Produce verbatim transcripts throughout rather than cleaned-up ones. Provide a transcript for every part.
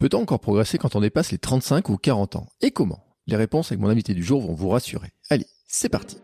Peut-on encore progresser quand on dépasse les trente-cinq ou quarante ans? Et comment? Les réponses avec mon invité du jour vont vous rassurer. Allez, c'est parti.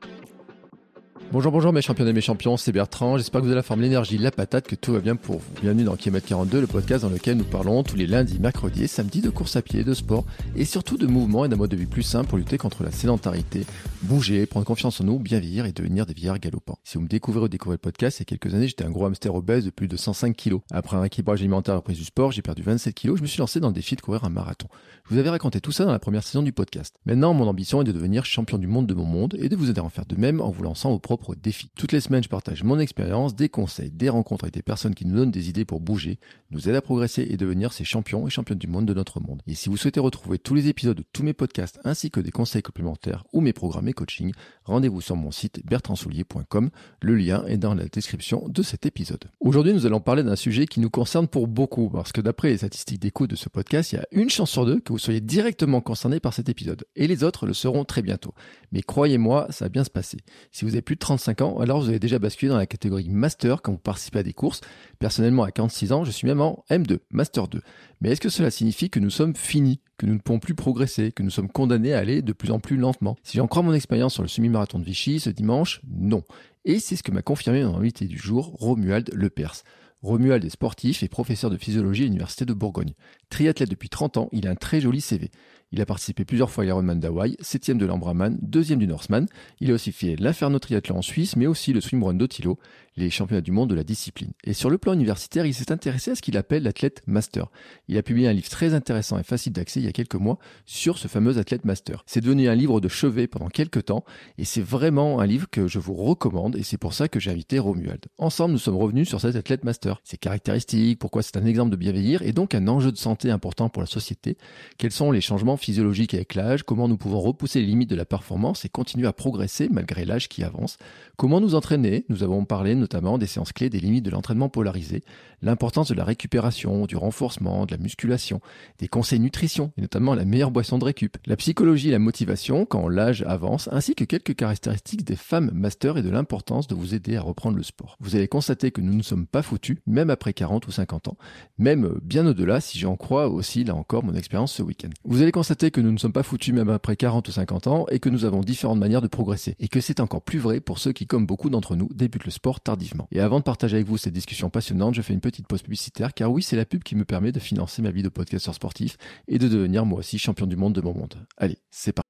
Bonjour, bonjour mes champions et mes champions, c'est Bertrand, j'espère que vous avez la forme, l'énergie, la patate, que tout va bien pour vous. Bienvenue dans kilomètre quarante-deux, le podcast dans lequel nous parlons tous les lundis, mercredis et samedis de course à pied, de sport et surtout de mouvement et d'un mode de vie plus simple pour lutter contre la sédentarité, bouger, prendre confiance en nous, bien vieillir et devenir des vieillards galopants. Si vous me découvrez ou découvrez le podcast, il y a quelques années, j'étais un gros hamster obèse de plus de cent cinq kilos. Après un équilibrage alimentaire et la reprise du sport, j'ai perdu vingt-sept kilos, je me suis lancé dans le défi de courir un marathon. Je vous avais raconté tout ça dans la première saison du podcast. Maintenant, mon ambition est de devenir champion du monde de mon monde et de vous aider à en faire de même en vous lançant vos propres défis. Toutes les semaines, je partage mon expérience, des conseils, des rencontres avec des personnes qui nous donnent des idées pour bouger, nous aident à progresser et devenir ces champions et championnes du monde de notre monde. Et si vous souhaitez retrouver tous les épisodes de tous mes podcasts ainsi que des conseils complémentaires ou mes programmes et coaching, rendez-vous sur mon site bertrand soulier point com. Le lien est dans la description de cet épisode. Aujourd'hui, nous allons parler d'un sujet qui nous concerne pour beaucoup, parce que d'après les statistiques d'écoute de ce podcast, il y a une chance sur deux que vous soyez directement concerné par cet épisode. Et les autres le seront très bientôt. Mais croyez-moi, ça va bien se passer. Si vous avez plus de trente-cinq ans, alors vous avez déjà basculé dans la catégorie Master quand vous participez à des courses. Personnellement, à quarante-six ans, je suis même en M deux, Master deux. Mais est-ce que cela signifie que nous sommes finis, que nous ne pouvons plus progresser, que nous sommes condamnés à aller de plus en plus lentement? Si j'en crois mon expérience sur le semi-marathon de Vichy ce dimanche, non. Et c'est ce que m'a confirmé mon invité du jour, Romuald Lepers. Romuald est sportif et professeur de physiologie à l'Université de Bourgogne. Triathlète depuis trente ans, il a un très joli C V. Il a participé plusieurs fois à l'Ironman d'Hawaï, septième de l'Ambraman, deuxième du Norseman. Il a aussi fait l'Inferno Triathlon en Suisse, mais aussi le swimrun d'Otilo, les championnats du monde de la discipline. Et sur le plan universitaire, il s'est intéressé à ce qu'il appelle l'athlète master. Il a publié un livre très intéressant et facile d'accès il y a quelques mois sur ce fameux athlète master. C'est devenu un livre de chevet pendant quelques temps, et c'est vraiment un livre que je vous recommande, et c'est pour ça que j'ai invité Romuald. Ensemble, nous sommes revenus sur cet athlète master. Ses caractéristiques, pourquoi c'est un exemple de bien vieillir, et donc un enjeu de santé important pour la société. Quels sont les changements physiologiques avec l'âge, comment nous pouvons repousser les limites de la performance et continuer à progresser malgré l'âge qui avance, comment nous entraîner, nous avons parlé notamment des séances clés, des limites de l'entraînement polarisé, l'importance de la récupération, du renforcement, de la musculation, des conseils nutrition et notamment la meilleure boisson de récup, la psychologie et la motivation quand l'âge avance, ainsi que quelques caractéristiques des femmes master et de l'importance de vous aider à reprendre le sport. Vous allez constater que nous ne sommes pas foutus, même après quarante ou cinquante ans, même bien au-delà si j'en crois aussi là encore mon expérience ce week-end. Vous allez constater que nous ne sommes pas foutus même après quarante ou cinquante ans et que nous avons différentes manières de progresser et que c'est encore plus vrai pour ceux qui, comme beaucoup d'entre nous, débutent le sport tardivement. Et avant de partager avec vous cette discussion passionnante, je fais une petite pause publicitaire car oui, c'est la pub qui me permet de financer ma vie de podcasteur sportif et de devenir moi aussi champion du monde de mon monde. Allez, c'est parti.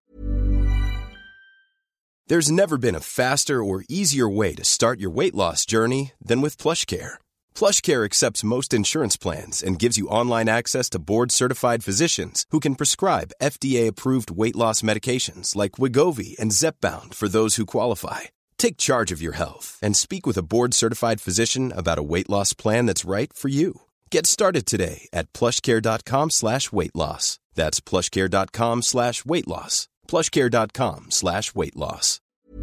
There's never been a faster or easier way to start your weight loss journey than with PlushCare. PlushCare accepts most insurance plans and gives you online access to board-certified physicians who can prescribe F D A-approved weight loss medications like Wegovy and Zepbound for those who qualify. Take charge of your health and speak with a board-certified physician about a weight loss plan that's right for you. Get started today at plushcare.com slash weight loss. That's plushcare.com slash weight loss. plushcare.com slash weight loss.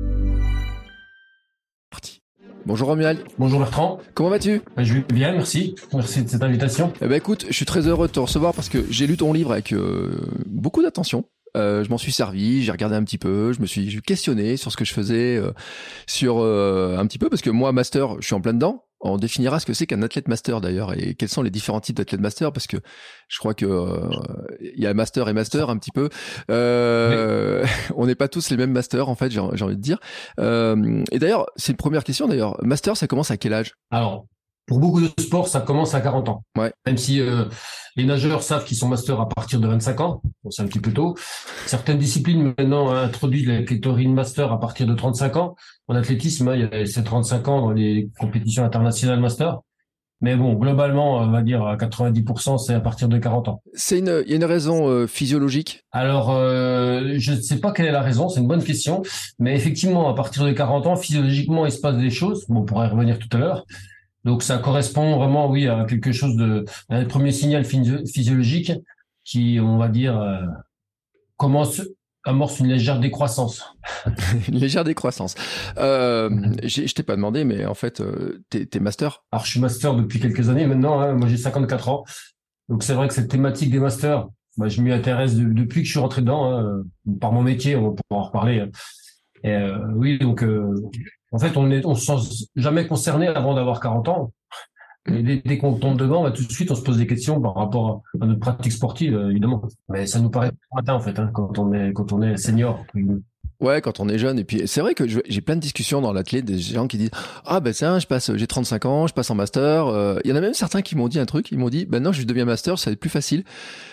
Bonjour Romuald. Bonjour Bertrand. Comment vas-tu? Je vais bien, merci. Merci de cette invitation. Eh ben écoute, je suis très heureux de te recevoir parce que j'ai lu ton livre avec euh, beaucoup d'attention. Euh, je m'en suis servi, j'ai regardé un petit peu, je me suis questionné sur ce que je faisais, euh, sur euh, un petit peu, parce que moi, master, je suis en plein dedans. On définira ce que c'est qu'un athlète master d'ailleurs et quels sont les différents types d'athlètes master, parce que je crois que euh, il y a master et master un petit peu. Euh, oui. On n'est pas tous les mêmes masters en fait, j'ai, j'ai envie de dire. Euh, et d'ailleurs, c'est une première question d'ailleurs. Master, ça commence à quel âge? Alors, pour beaucoup de sports, ça commence à quarante ans. Ouais. Même si euh, les nageurs savent qu'ils sont masters à partir de vingt-cinq ans, bon, c'est un petit peu tôt. Certaines disciplines maintenant introduisent la catégorie de master à partir de trente-cinq ans. En athlétisme, hein, il y a ces trente-cinq ans dans les compétitions internationales master. Mais bon, globalement, on va dire à quatre-vingt-dix pour cent, c'est à partir de quarante ans. C'est une, il y a une raison euh, physiologique? Alors, euh, je ne sais pas quelle est la raison, c'est une bonne question. Mais effectivement, à partir de quarante ans, physiologiquement, il se passe des choses. Bon, on pourra y revenir tout à l'heure. Donc, ça correspond vraiment, oui, à quelque chose de, un premier signal physiologique qui, on va dire, euh, commence, amorce une légère décroissance. Une légère décroissance. Euh, j'ai, je t'ai pas demandé, mais en fait, euh, t'es, t'es master? Alors, je suis master depuis quelques années maintenant, hein. Moi, j'ai cinquante-quatre ans. Donc, c'est vrai que cette thématique des masters, bah, je m'y intéresse de, depuis que je suis rentré dedans, hein, par mon métier, on pourra en reparler. Et, euh, oui, donc, euh, en fait, on est, on se sent jamais concerné avant d'avoir quarante ans. Et dès, dès qu'on tombe dedans, bah, tout de suite, on se pose des questions par rapport à notre pratique sportive, euh, évidemment. Mais ça nous paraît matin, en fait, hein, quand on est, quand on est senior. Ouais, quand on est jeune. Et puis, c'est vrai que je- j'ai plein de discussions dans l'athlète, des gens qui disent, ah, ben, tiens, je passe, j'ai trente-cinq ans, je passe en master. Euh, Il y en a même certains qui m'ont dit un truc, ils m'ont dit, ben non, je deviens master, ça va être plus facile.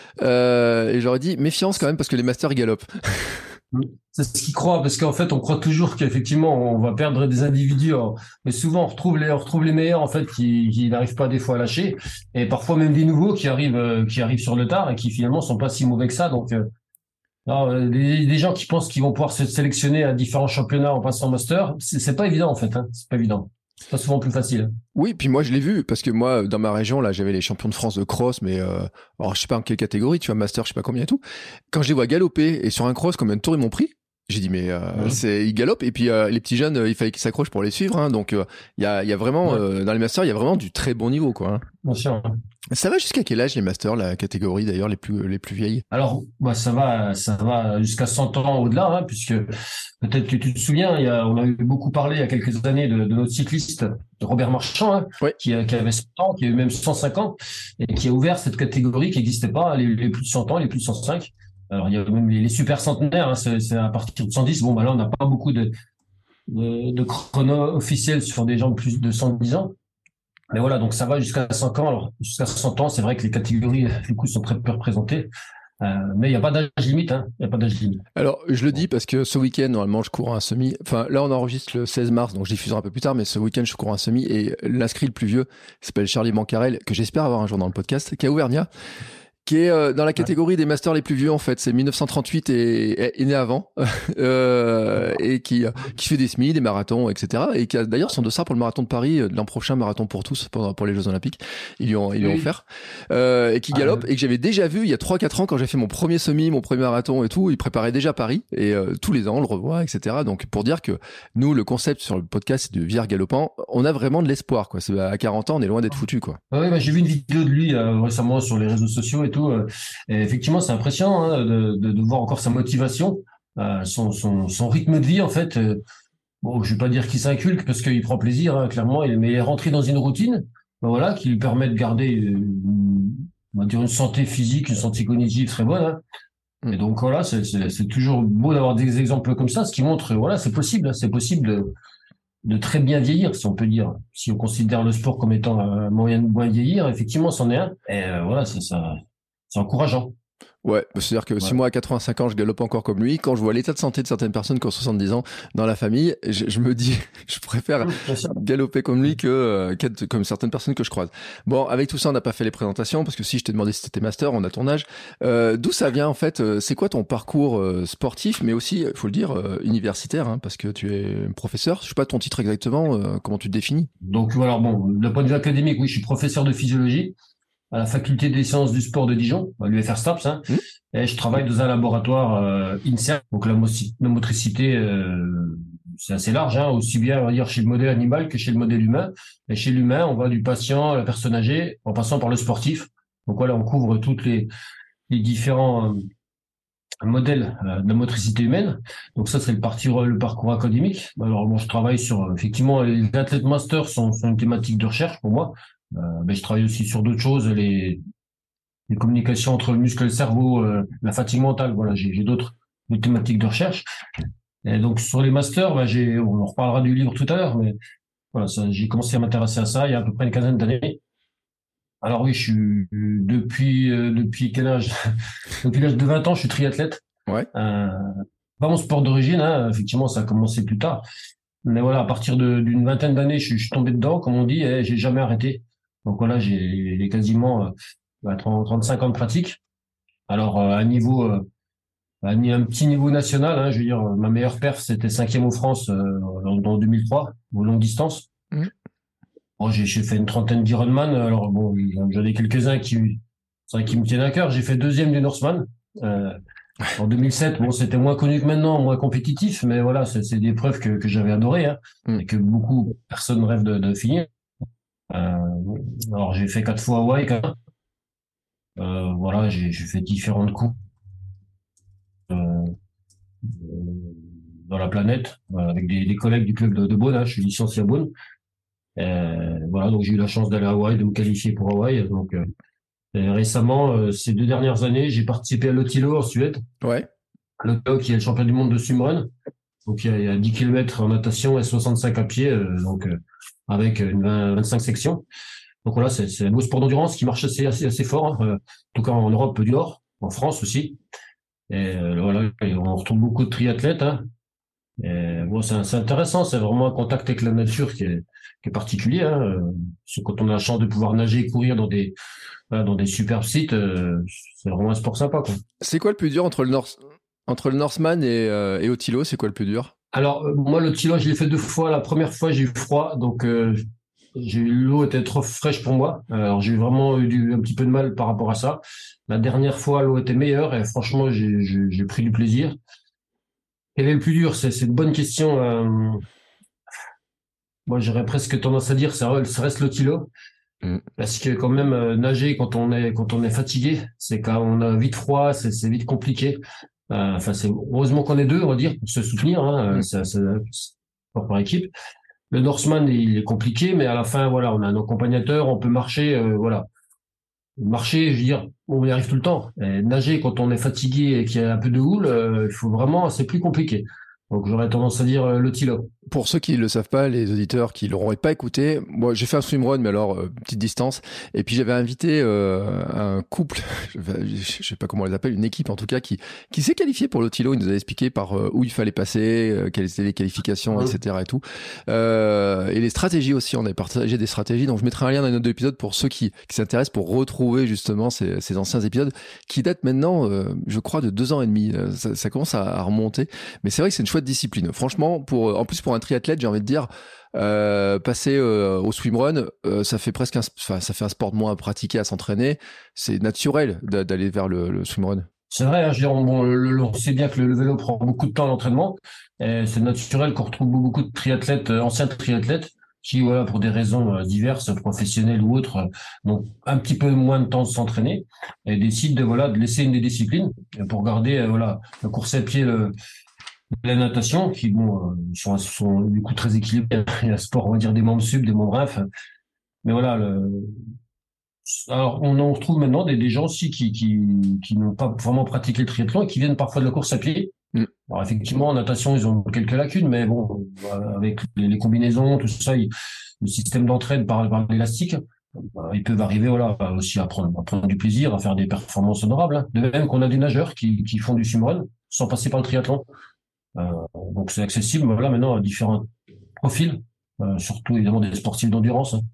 Euh, et j'aurais dit, méfiance quand même, parce que les masters, ils galopent. C'est ce qu'ils croient, parce qu'en fait, on croit toujours qu'effectivement, on va perdre des individus. hein. Mais souvent, on retrouve les, on retrouve les meilleurs, en fait, qui, qui n'arrivent pas des fois à lâcher. Et parfois même des nouveaux qui arrivent, euh, qui arrivent sur le tard et qui finalement sont pas si mauvais que ça. Donc, euh, alors, euh, des, des gens qui pensent qu'ils vont pouvoir se sélectionner à différents championnats en passant master, c'est c'est pas évident, en fait, hein. C'est pas évident. C'est pas souvent plus facile. hein. Oui, puis moi je l'ai vu parce que moi dans ma région là j'avais les champions de France de cross, mais euh, alors je sais pas en quelle catégorie, tu vois, master, je sais pas combien et tout. Quand je les vois galoper et sur un cross combien de tours ils m'ont pris, j'ai dit mais euh, Mhm. c'est ils galopent et puis euh, les petits jeunes euh, il fallait qu'ils s'accrochent pour les suivre, hein, donc il euh, y a il y a vraiment Ouais, euh, dans les masters il y a vraiment du très bon niveau quoi. hein. bien sûr. Ça va jusqu'à quel âge les masters, la catégorie d'ailleurs les plus les plus vieilles? Alors, bah, ça va, ça va jusqu'à cent ans au-delà, hein, puisque peut-être que tu te souviens, il y a, on a eu beaucoup parlé il y a quelques années de, de notre cycliste Robert Marchand, hein, Ouais. qui, a- qui avait cent ans, qui a eu même cent cinq ans, et qui a ouvert cette catégorie qui n'existait pas, les, les plus de cent ans, les plus de cent cinq. Alors, il y a même les, les super centenaires, hein, c'est c'est à partir de cent dix. Bon, bah là, on n'a pas beaucoup de, de, de chrono officiels sur des gens de plus de cent dix ans. Mais voilà, donc ça va jusqu'à cent ans. Alors, jusqu'à cent ans, c'est vrai que les catégories, du coup, sont très peu représentées. Euh, mais il n'y a pas d'âge limite, hein. Il n'y a pas d'âge limite. Alors, je le dis parce que ce week-end, normalement, je cours un semi. Enfin, là, on enregistre le seize mars, donc je diffuserai un peu plus tard, mais ce week-end, je cours un semi et l'inscrit le plus vieux il s'appelle Charlie Bancarel, que j'espère avoir un jour dans le podcast, qui est à Auvergnat, qui est euh, dans la catégorie des masters les plus vieux en fait. C'est mille neuf cent trente-huit et est, est né avant euh, et qui qui fait des semis, des marathons, et cetera. Et qui a d'ailleurs son dossard pour le marathon de Paris, euh, l'an prochain, marathon pour tous pour, pour les Jeux Olympiques. Ils lui ont ils lui ont Oui. offert euh, et qui Ah, galope et que j'avais déjà vu il y a trois quatre ans quand j'ai fait mon premier semi, mon premier marathon et tout. Il préparait déjà Paris et euh, tous les ans on le revoit, et cetera. Donc pour dire que nous le concept sur le podcast c'est de Vire galopant, on a vraiment de l'espoir quoi. C'est à quarante ans on est loin d'être foutu quoi. ah oui, bah, j'ai vu une vidéo de lui euh, récemment sur les réseaux sociaux et tout. euh, et effectivement, c'est impressionnant hein, de, de, de voir encore sa motivation, euh, son, son, son rythme de vie en fait. euh, bon, je vais pas dire qu'il s'inculque parce qu'il prend plaisir, hein, clairement. Il, mais il est rentré dans une routine, ben voilà, qui lui permet de garder, euh, une- on va dire une santé physique, une santé cognitive très bonne. hein. Mm. Et donc voilà, c'est c'est- c'est toujours beau d'avoir des exemples comme ça, ce qui montre, voilà, c'est possible, hein, c'est possible de, de très bien vieillir, si on peut dire. Si on considère le sport comme étant un moyen de bien vieillir, effectivement, c'en est un. Et euh, voilà, c'est ça, c'est encourageant. Ouais, c'est-à-dire que si Ouais. moi à quatre-vingt-cinq ans je galope encore comme lui, quand je vois l'état de santé de certaines personnes qui ont soixante-dix ans dans la famille, je, je me dis, je préfère Hum, bien sûr. galoper comme lui que euh, qu'être comme certaines personnes que je croise. Bon, avec tout ça, on n'a pas fait les présentations parce que si je t'ai demandé si t'étais master, on a ton âge. Euh, D'où ça vient en fait euh, C'est quoi ton parcours euh, sportif, mais aussi, il faut le dire, euh, universitaire, hein, parce que tu es professeur. Je sais pas ton titre exactement. Euh, comment tu te définis? Donc voilà, bon, d'un point de vue académique, oui, je suis professeur de physiologie à la faculté des sciences du sport de Dijon, à l'U F R STAPS, hein, Hmm. et je travaille dans un laboratoire euh, INSERM, donc la, moci- la motricité, euh, c'est assez large, hein, aussi bien on va dire chez le modèle animal que chez le modèle humain. Et chez l'humain, on va du patient à la personne âgée, en passant par le sportif. Donc voilà, on couvre toutes les, les différents euh, modèles euh, de la motricité humaine. Donc ça, c'est le, parti, le parcours académique. Alors moi, je travaille sur, euh, effectivement, les athlètes masters sont, sont une thématique de recherche pour moi. Euh, mais je travaille aussi sur d'autres choses, les, les communications entre le muscle et le cerveau, euh, la fatigue mentale. Voilà, j'ai j'ai d'autres d'autres thématiques de recherche. Et donc sur les masters, bah, j'ai, on en reparlera du livre tout à l'heure, mais voilà, ça, j'ai commencé à m'intéresser à ça il y a à peu près une quinzaine d'années. Alors oui, je suis depuis euh, depuis quel âge? Depuis l'âge de vingt ans, je suis triathlète. Ouais. Euh, pas mon sport d'origine, hein, effectivement, ça a commencé plus tard. Mais voilà, à partir de- d'une vingtaine d'années, je, suis je suis tombé dedans, comme on dit, et j'ai jamais arrêté. Donc voilà, j'ai j'ai quasiment euh, bah, trente, trente-cinq ans de pratique. Alors euh, à niveau, euh, à ni- un petit niveau national, hein, je veux dire, euh, ma meilleure perf, c'était cinquième en France euh, en en deux mille trois, aux longues distances. Hmm. Bon, j'ai j'ai fait une trentaine d'Ironman. Alors bon, j'en ai quelques-uns qui, c'est vrai, qui me tiennent à cœur. J'ai fait deuxième du Norseman. Euh, En deux mille sept, bon, c'était moins connu que maintenant, moins compétitif, mais voilà, c'est c'est des preuves que, que j'avais adorées, hein, Mm. et que beaucoup de personnes rêvent de, de finir. Euh, alors j'ai fait quatre fois Hawaï, quand même. Euh, voilà, j'ai j'ai fait différentes coupes euh, dans la planète, euh, avec des, des collègues du club de, de Beaune, hein, je suis licencié à Beaune. Euh, voilà, donc j'ai eu la chance d'aller à Hawaï, de me qualifier pour Hawaï. Donc euh, et récemment, euh, ces deux dernières années, j'ai participé à l'Otilo en Suède. Ouais. L'Otilo qui est le champion du monde de swimrun. Donc il y a, il y a dix kilomètres en natation et soixante-cinq à pied, euh, donc euh, avec une vingt, vingt-cinq sections. Donc voilà, c'est, c'est un beau sport d'endurance qui marche assez, assez, assez fort, hein, euh, en tout cas en Europe du Nord, en France aussi. Et euh, voilà, et on retrouve beaucoup de triathlètes. Hein. Et, bon, c'est, c'est intéressant, c'est vraiment un contact avec la nature qui est, qui est particulier. Hein. Euh, C'est quand on a la chance de pouvoir nager et courir dans des, voilà, dans des superbes sites, euh, c'est vraiment un sport sympa, quoi. C'est quoi le plus dur entre le North, entre le Northman et, euh, et Otilo? C'est quoi le plus dur? Alors, euh, moi, le Tilo, je l'ai fait deux fois. La première fois, j'ai eu froid, donc euh, j'ai eu l'eau était trop fraîche pour moi. Alors, j'ai vraiment eu du, un petit peu de mal par rapport à ça. La dernière fois, l'eau était meilleure et franchement, j'ai, j'ai, j'ai pris du plaisir. Quel est le plus dur? C'est, c'est une bonne question. Euh, moi, j'aurais presque tendance à dire, ça, ça reste le Tilo. Mm. Parce que quand même, euh, nager quand on est quand on est fatigué, c'est quand on a vite froid, c'est, c'est vite compliqué. Euh, Enfin, c'est heureusement qu'on est deux, on va dire, pour se soutenir. Hein, Mm. euh, c'est, c'est, c'est sport par équipe. Le Norseman, il est compliqué, mais à la fin, voilà, on a un accompagnateur, on peut marcher, euh, voilà. Marcher, je veux dire, on y arrive tout le temps. Et nager, quand on est fatigué et qu'il y a un peu de houle, euh, il faut vraiment, c'est plus compliqué. Donc j'aurais tendance à dire euh, le Tilo. Pour ceux qui ne le savent pas, les auditeurs qui l'auraient pas écouté, moi j'ai fait un swimrun, mais alors euh, petite distance. Et puis j'avais invité euh, un couple, je sais pas comment on les appelle, une équipe en tout cas, qui qui s'est qualifié pour l'Otilo. Il nous a expliqué par euh, où il fallait passer, euh, quelles étaient les qualifications, Mmh. et cetera. Et tout. Euh, et les stratégies aussi. On a partagé des stratégies. Donc je mettrai un lien dans les notes de l'épisode pour ceux qui qui s'intéressent pour retrouver justement ces, ces anciens épisodes qui datent maintenant, euh, je crois, de deux ans et demi. Ça, ça commence à, à remonter. Mais c'est vrai que c'est une chouette discipline. Franchement, pour en plus pour un triathlète, j'ai envie de dire, euh, passer euh, au swimrun, euh, ça fait presque un, enfin, ça fait un sport de moins à pratiquer, à s'entraîner. C'est naturel d'a- d'aller vers le, le swimrun. C'est vrai, hein, je veux dire, on, bon, le- le- on sait bien que le, le vélo prend beaucoup de temps à l'entraînement. Et c'est naturel qu'on retrouve beaucoup de triathlètes, euh, anciens triathlètes, qui, voilà, pour des raisons euh, diverses, professionnelles ou autres, euh, ont un petit peu moins de temps de s'entraîner et décident de, voilà, de laisser une des disciplines pour garder, euh, voilà, la course à pied, le, la natation, qui, bon, euh, sont, sont du coup très équilibrés. Il y a un sport, on va dire, des membres sub, des membres inf. Mais voilà, le, alors, on en retrouve maintenant des, des gens aussi qui, qui, qui n'ont pas vraiment pratiqué le triathlon et qui viennent parfois de la course à pied. Mm. Alors, effectivement, en natation, ils ont quelques lacunes, mais bon, euh, avec les, les combinaisons, tout ça, ils- le système d'entraide par, par l'élastique, euh, ils peuvent arriver, voilà, aussi à prendre, à prendre du plaisir, à faire des performances honorables. Hein. De même qu'on a des nageurs qui, qui font du swimrun sans passer par le triathlon. Euh, donc, c'est accessible, voilà, maintenant, à différents profils, euh, surtout évidemment des sportifs d'endurance. Hein.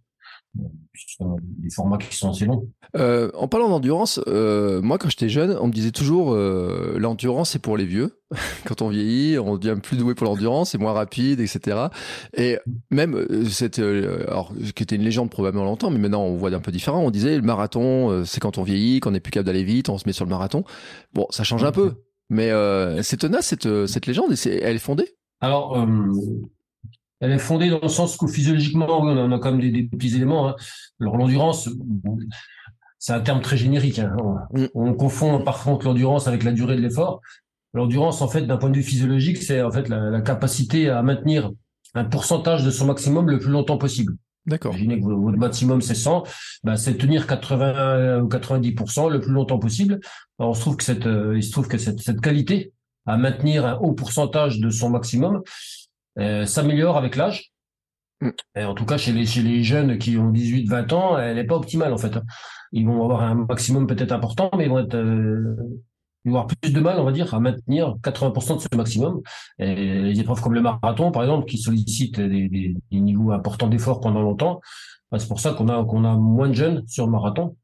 Ce sont des formats qui sont assez longs. Euh, en parlant d'endurance, euh, moi quand j'étais jeune, on me disait toujours euh, l'endurance c'est pour les vieux. Quand on vieillit, on devient plus doué pour l'endurance, c'est moins rapide, et cetera. Et même euh, cette, euh, alors qui était une légende probablement longtemps, mais maintenant on voit d'un peu différent. On disait le marathon, euh, c'est quand on vieillit, qu'on n'est plus capable d'aller vite, on se met sur le marathon. Bon, ça change un peu, mais euh, c'est tenace cette cette légende et c'est, elle est fondée. Alors, euh, elle est fondée dans le sens que physiologiquement, oui, on a quand même des, des petits éléments. Hein. Alors, l'endurance, bon, c'est un terme très générique. Hein. On, Mm. on confond par contre l'endurance avec la durée de l'effort. L'endurance, en fait, d'un point de vue physiologique, c'est en fait la, la capacité à maintenir un pourcentage de son maximum le plus longtemps possible. D'accord. Imaginez que votre maximum c'est cent, ben c'est tenir quatre-vingts ou quatre-vingt-dix pour cent le plus longtemps possible. Alors, on se trouve que cette, euh, il se trouve que cette, cette qualité à maintenir un haut pourcentage de son maximum euh, s'améliore avec l'âge. Mm. Et en tout cas, chez les, chez les jeunes qui ont dix-huit vingt ans, elle n'est pas optimale en fait. Ils vont avoir un maximum peut-être important, mais ils vont être, euh, ils vont avoir plus de mal, on va dire, à maintenir quatre-vingts pour cent de ce maximum. Et les épreuves comme le marathon, par exemple, qui sollicitent des, des, des niveaux importants d'effort pendant longtemps, ben, c'est pour ça qu'on a, qu'on a moins de jeunes sur le marathon.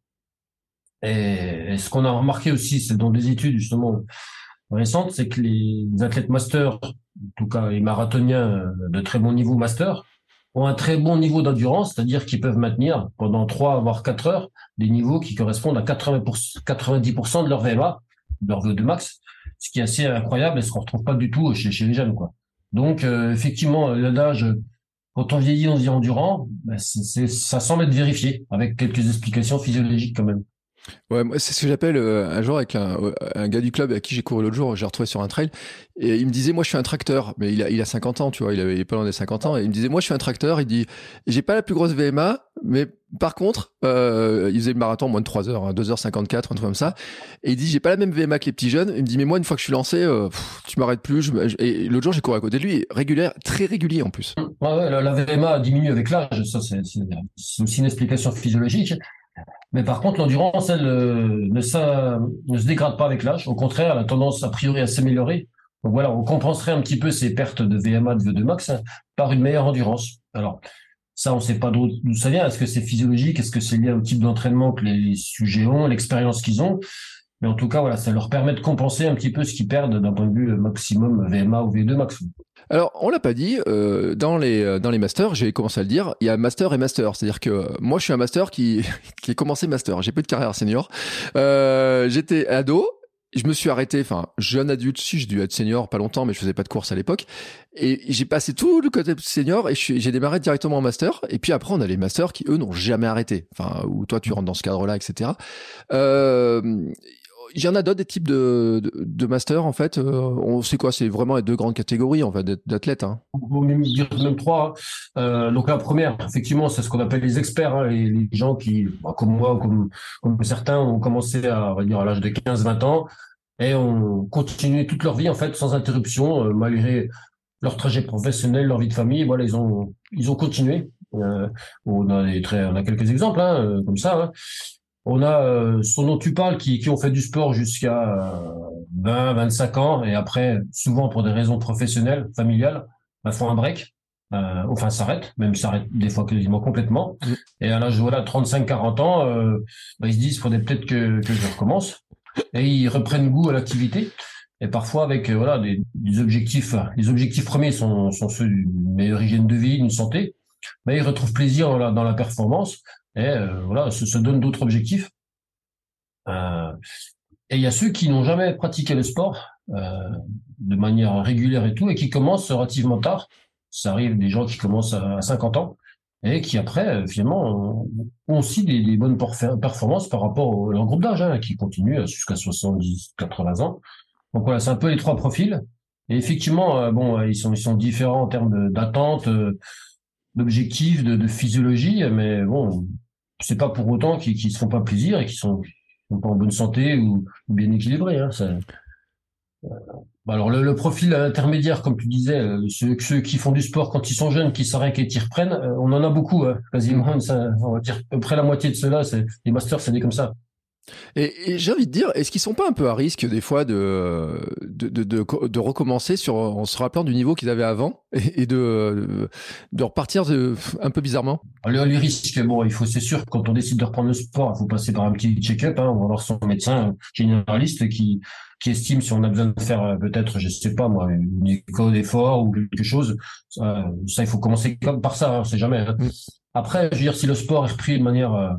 Et, et ce qu'on a remarqué aussi, c'est dans des études justement récentes, c'est que les athlètes master, en tout cas les marathoniens de très bon niveau master, ont un très bon niveau d'endurance, c'est-à-dire qu'ils peuvent maintenir pendant trois voire quatre heures des niveaux qui correspondent à quatre-vingts pour cent, quatre-vingt-dix pour cent de leur V M A, de leur V O deux max, ce qui est assez incroyable et ce qu'on retrouve pas du tout chez, chez les jeunes, quoi. Donc, euh, effectivement, l'âge, quand on vieillit, on se dit endurant, ben c'est, c'est, ça semble être vérifié avec quelques explications physiologiques quand même. Ouais, moi, c'est ce que j'appelle euh, un jour avec un, un gars du club avec qui j'ai couru l'autre jour, j'ai retrouvé sur un trail, et il me disait, moi je suis un tracteur, mais il a, il a cinquante ans, tu vois, il, avait, il est pas loin des cinquante ans, et il me disait, moi je suis un tracteur, il dit, j'ai pas la plus grosse V M A, mais par contre, euh, il faisait le marathon en moins de trois heures, hein, deux heures cinquante-quatre, un truc comme ça, et il dit, j'ai pas la même V M A que les petits jeunes, il me dit, mais moi une fois que je suis lancé, euh, pff, tu m'arrêtes plus, je, je- et l'autre jour j'ai couru à côté de lui, régulier, très régulier en plus. Ouais, ouais, la, la V M A diminue avec l'âge, ça c'est c'est- c'est aussi une explication physiologique. Mais par contre, l'endurance, elle, euh, ne, ça, ne se dégrade pas avec l'âge. Au contraire, elle a tendance a priori à s'améliorer. Donc voilà, on compenserait un petit peu ces pertes de V M A, de V O deux max, hein, par une meilleure endurance. Alors, ça, on ne sait pas d'où d'où ça vient. Est-ce que c'est physiologique? Est-ce que c'est lié au type d'entraînement que les sujets ont, l'expérience qu'ils ont? Mais en tout cas, voilà, ça leur permet de compenser un petit peu ce qu'ils perdent d'un point de vue maximum V M A ou V O deux max. Alors, on l'a pas dit, euh, dans les euh, dans les masters, j'ai commencé à le dire, il y a master et master, c'est-à-dire que euh, moi je suis un master qui qui a commencé master, j'ai pas eu de carrière senior. Euh, j'étais ado, je me suis arrêté, enfin jeune adulte, si j'ai dû être senior pas longtemps, mais je faisais pas de course à l'époque, et j'ai passé tout le côté senior et je suis- j'ai démarré directement en master. Et puis après, on a les masters qui eux n'ont jamais arrêté, enfin où toi tu rentres dans ce cadre-là, et cetera. Euh, il y en a d'autres des types de, de, de masters en fait. Euh, on sait quoi, c'est vraiment les deux grandes catégories en fait d'athlètes. Hein. On peut même dire même trois. Hein. Euh, donc la première, effectivement, c'est ce qu'on appelle les experts, hein, les, les gens qui, bah, comme moi, comme, comme certains, ont commencé à, on va dire, à l'âge de quinze vingt ans et ont continué toute leur vie, en fait, sans interruption, euh, malgré leur trajet professionnel, leur vie de famille. Voilà, ils ont, ils ont continué. Euh, on a des très, on a quelques exemples, hein, euh, comme ça. Hein. On a euh, ce dont tu parles qui, qui ont fait du sport jusqu'à euh, vingt, vingt-cinq ans et après, souvent pour des raisons professionnelles, familiales, bah, font un break, euh, enfin s'arrêtent, même s'arrêtent des fois quasiment complètement. Mm. Et à l'âge de voilà, trente-cinq quarante ans, euh, bah, ils se disent, faudrait peut-être que, que je recommence. Et ils reprennent goût à l'activité. Et parfois avec euh, voilà des, des objectifs, les objectifs premiers sont, sont ceux d'une meilleure hygiène de vie, d'une santé, mais ils retrouvent plaisir dans la, dans la performance et euh, voilà, se, se donnent d'autres objectifs. Euh, et il y a ceux qui n'ont jamais pratiqué le sport euh, de manière régulière et tout, et qui commencent relativement tard. Ça arrive des gens qui commencent à cinquante ans et qui après, euh, finalement, ont, ont aussi des, des bonnes perf- performances par rapport au, leur groupe d'âge, hein, qui continue jusqu'à soixante-dix, quatre-vingts ans. Donc voilà, c'est un peu les trois profils. Et effectivement, euh, bon, euh, ils sont, ils sont différents en termes de- d'attente, euh, d'objectifs, de, de physiologie, mais bon, c'est pas pour autant qu'ils qu'ils se font pas plaisir et qu'ils sont, sont pas en bonne santé ou, ou bien équilibrés. Hein, ça- alors le, le profil intermédiaire, comme tu disais, euh, ceux, ceux qui font du sport quand ils sont jeunes, qui s'arrêtent et qui reprennent, euh, on en a beaucoup, hein, quasiment, ça, on va dire à peu près la moitié de ceux-là, c'est les masters, c'est des comme ça. Et, et j'ai envie de dire, est-ce qu'ils sont pas un peu à risque des fois de de, de, de, de recommencer sur en se rappelant du niveau qu'ils avaient avant et, et de de repartir de, un peu bizarrement? Le, les risques, bon, il faut, c'est sûr, quand on décide de reprendre le sport, il faut passer par un petit check-up, hein, on va voir son médecin euh, généraliste qui, qui estime si on a besoin de faire euh, peut-être, je sais pas moi, une écho d'effort ou quelque chose. Ça, ça, il faut commencer comme par ça, hein, on sait jamais. Hein. Mm. Après, je veux dire, si le sport est repris de manière euh,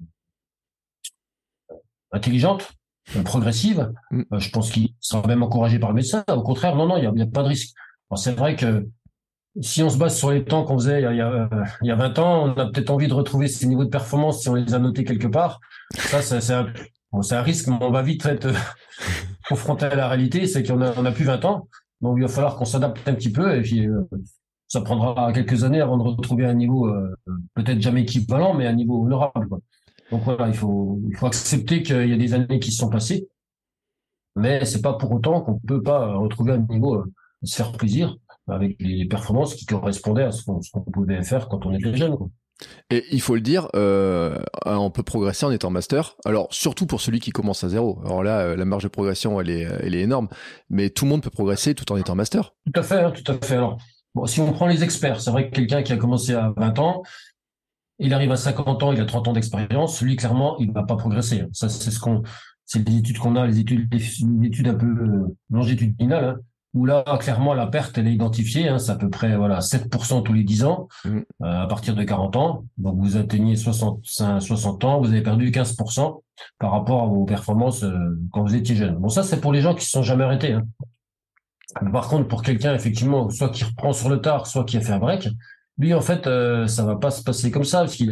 intelligente, euh, progressive, Mm. euh, je pense qu'il sera même encouragé par le médecin. Au contraire, non, non, il y a, il y a pas de risque. Alors, c'est vrai que si on se base sur les temps qu'on faisait il y a, il y a, euh, il y a vingt ans, on a peut-être envie de retrouver ces niveaux de performance si on les a notés quelque part. Ça, c'est c'est un, bon, c'est un risque, mais on va vite être euh, confronté à la réalité, c'est qu'on a, on a plus vingt ans. Donc, il va falloir qu'on s'adapte un petit peu et puis euh, ça prendra quelques années avant de retrouver un niveau euh, peut-être jamais équivalent, mais un niveau honorable, quoi. Donc voilà, il faut, il faut accepter qu'il y a des années qui se sont passées, mais c'est pas pour autant qu'on peut pas retrouver un niveau, euh, se faire plaisir avec les performances qui correspondaient à ce qu'on, ce qu'on pouvait faire quand on était jeune, quoi. Et il faut le dire, euh, on peut progresser en étant master. Alors surtout pour celui qui commence à zéro. Alors là, euh, la marge de progression, elle est, elle est énorme. Mais tout le monde peut progresser tout en étant master. Tout à fait, hein, tout à fait. Alors, bon, si on prend les experts, c'est vrai que quelqu'un qui a commencé à vingt ans, il arrive à cinquante ans, il a trente ans d'expérience, lui, clairement, il ne va pas progresser. Ça, c'est ce qu'on, c'est les études qu'on a, les études, les études un peu euh, longitudinales, hein, où là, clairement, la perte, elle est identifiée, hein, c'est à peu près, voilà, sept pour cent tous les dix ans, Mm. euh, à partir de quarante ans. Donc, vous atteignez soixante-cinq, soixante ans, vous avez perdu quinze pour cent par rapport à vos performances euh, quand vous étiez jeune. Bon, ça, c'est pour les gens qui se sont jamais arrêtés, hein. Par contre, pour quelqu'un, effectivement, soit qui reprend sur le tard, soit qui a fait un break, lui, en fait, euh, ça va pas se passer comme ça, parce qu'il,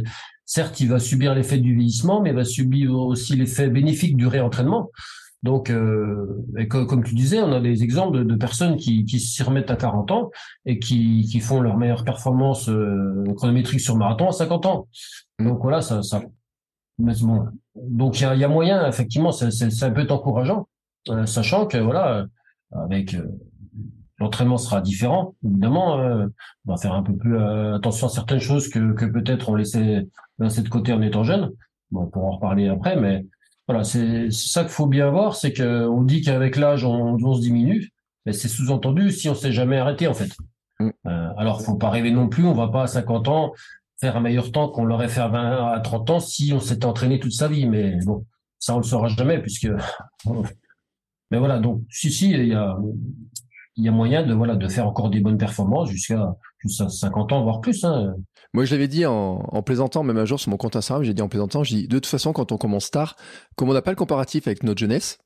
certes, il va subir l'effet du vieillissement, mais il va subir aussi l'effet bénéfique du réentraînement. Donc, euh, et que, comme tu disais, on a des exemples de, de personnes qui, qui s'y remettent à quarante ans et qui, qui font leur meilleure performance euh, chronométrique sur marathon à cinquante ans. Donc voilà, ça, ça. Mais bon, donc il y a, y a moyen, effectivement, c'est, c'est, c'est un peu encourageant, euh, sachant que voilà, avec euh, l'entraînement sera différent, évidemment. Euh, on va faire un peu plus euh, attention à certaines choses que, que peut-être on laissait laissait de côté en étant jeune. Bon, on pourra en reparler après, mais voilà, c'est, c'est ça qu'il faut bien voir, c'est que on dit qu'avec l'âge on, on se diminue, mais c'est sous-entendu si on s'est jamais arrêté en fait. Mm. Euh, alors faut pas rêver non plus, on va pas à cinquante ans faire un meilleur temps qu'on l'aurait fait à vingt à trente ans si on s'était entraîné toute sa vie, mais bon, ça on le saura jamais puisque. Mais voilà, donc si si il y a il y a moyen de voilà de faire encore des bonnes performances jusqu'à jusqu'à cinquante ans voire plus. Hein. Moi, je l'avais dit en, en plaisantant, même un jour sur mon compte Instagram, j'ai dit en plaisantant, je dis de toute façon, quand on commence tard, comme on n'a pas le comparatif avec notre jeunesse,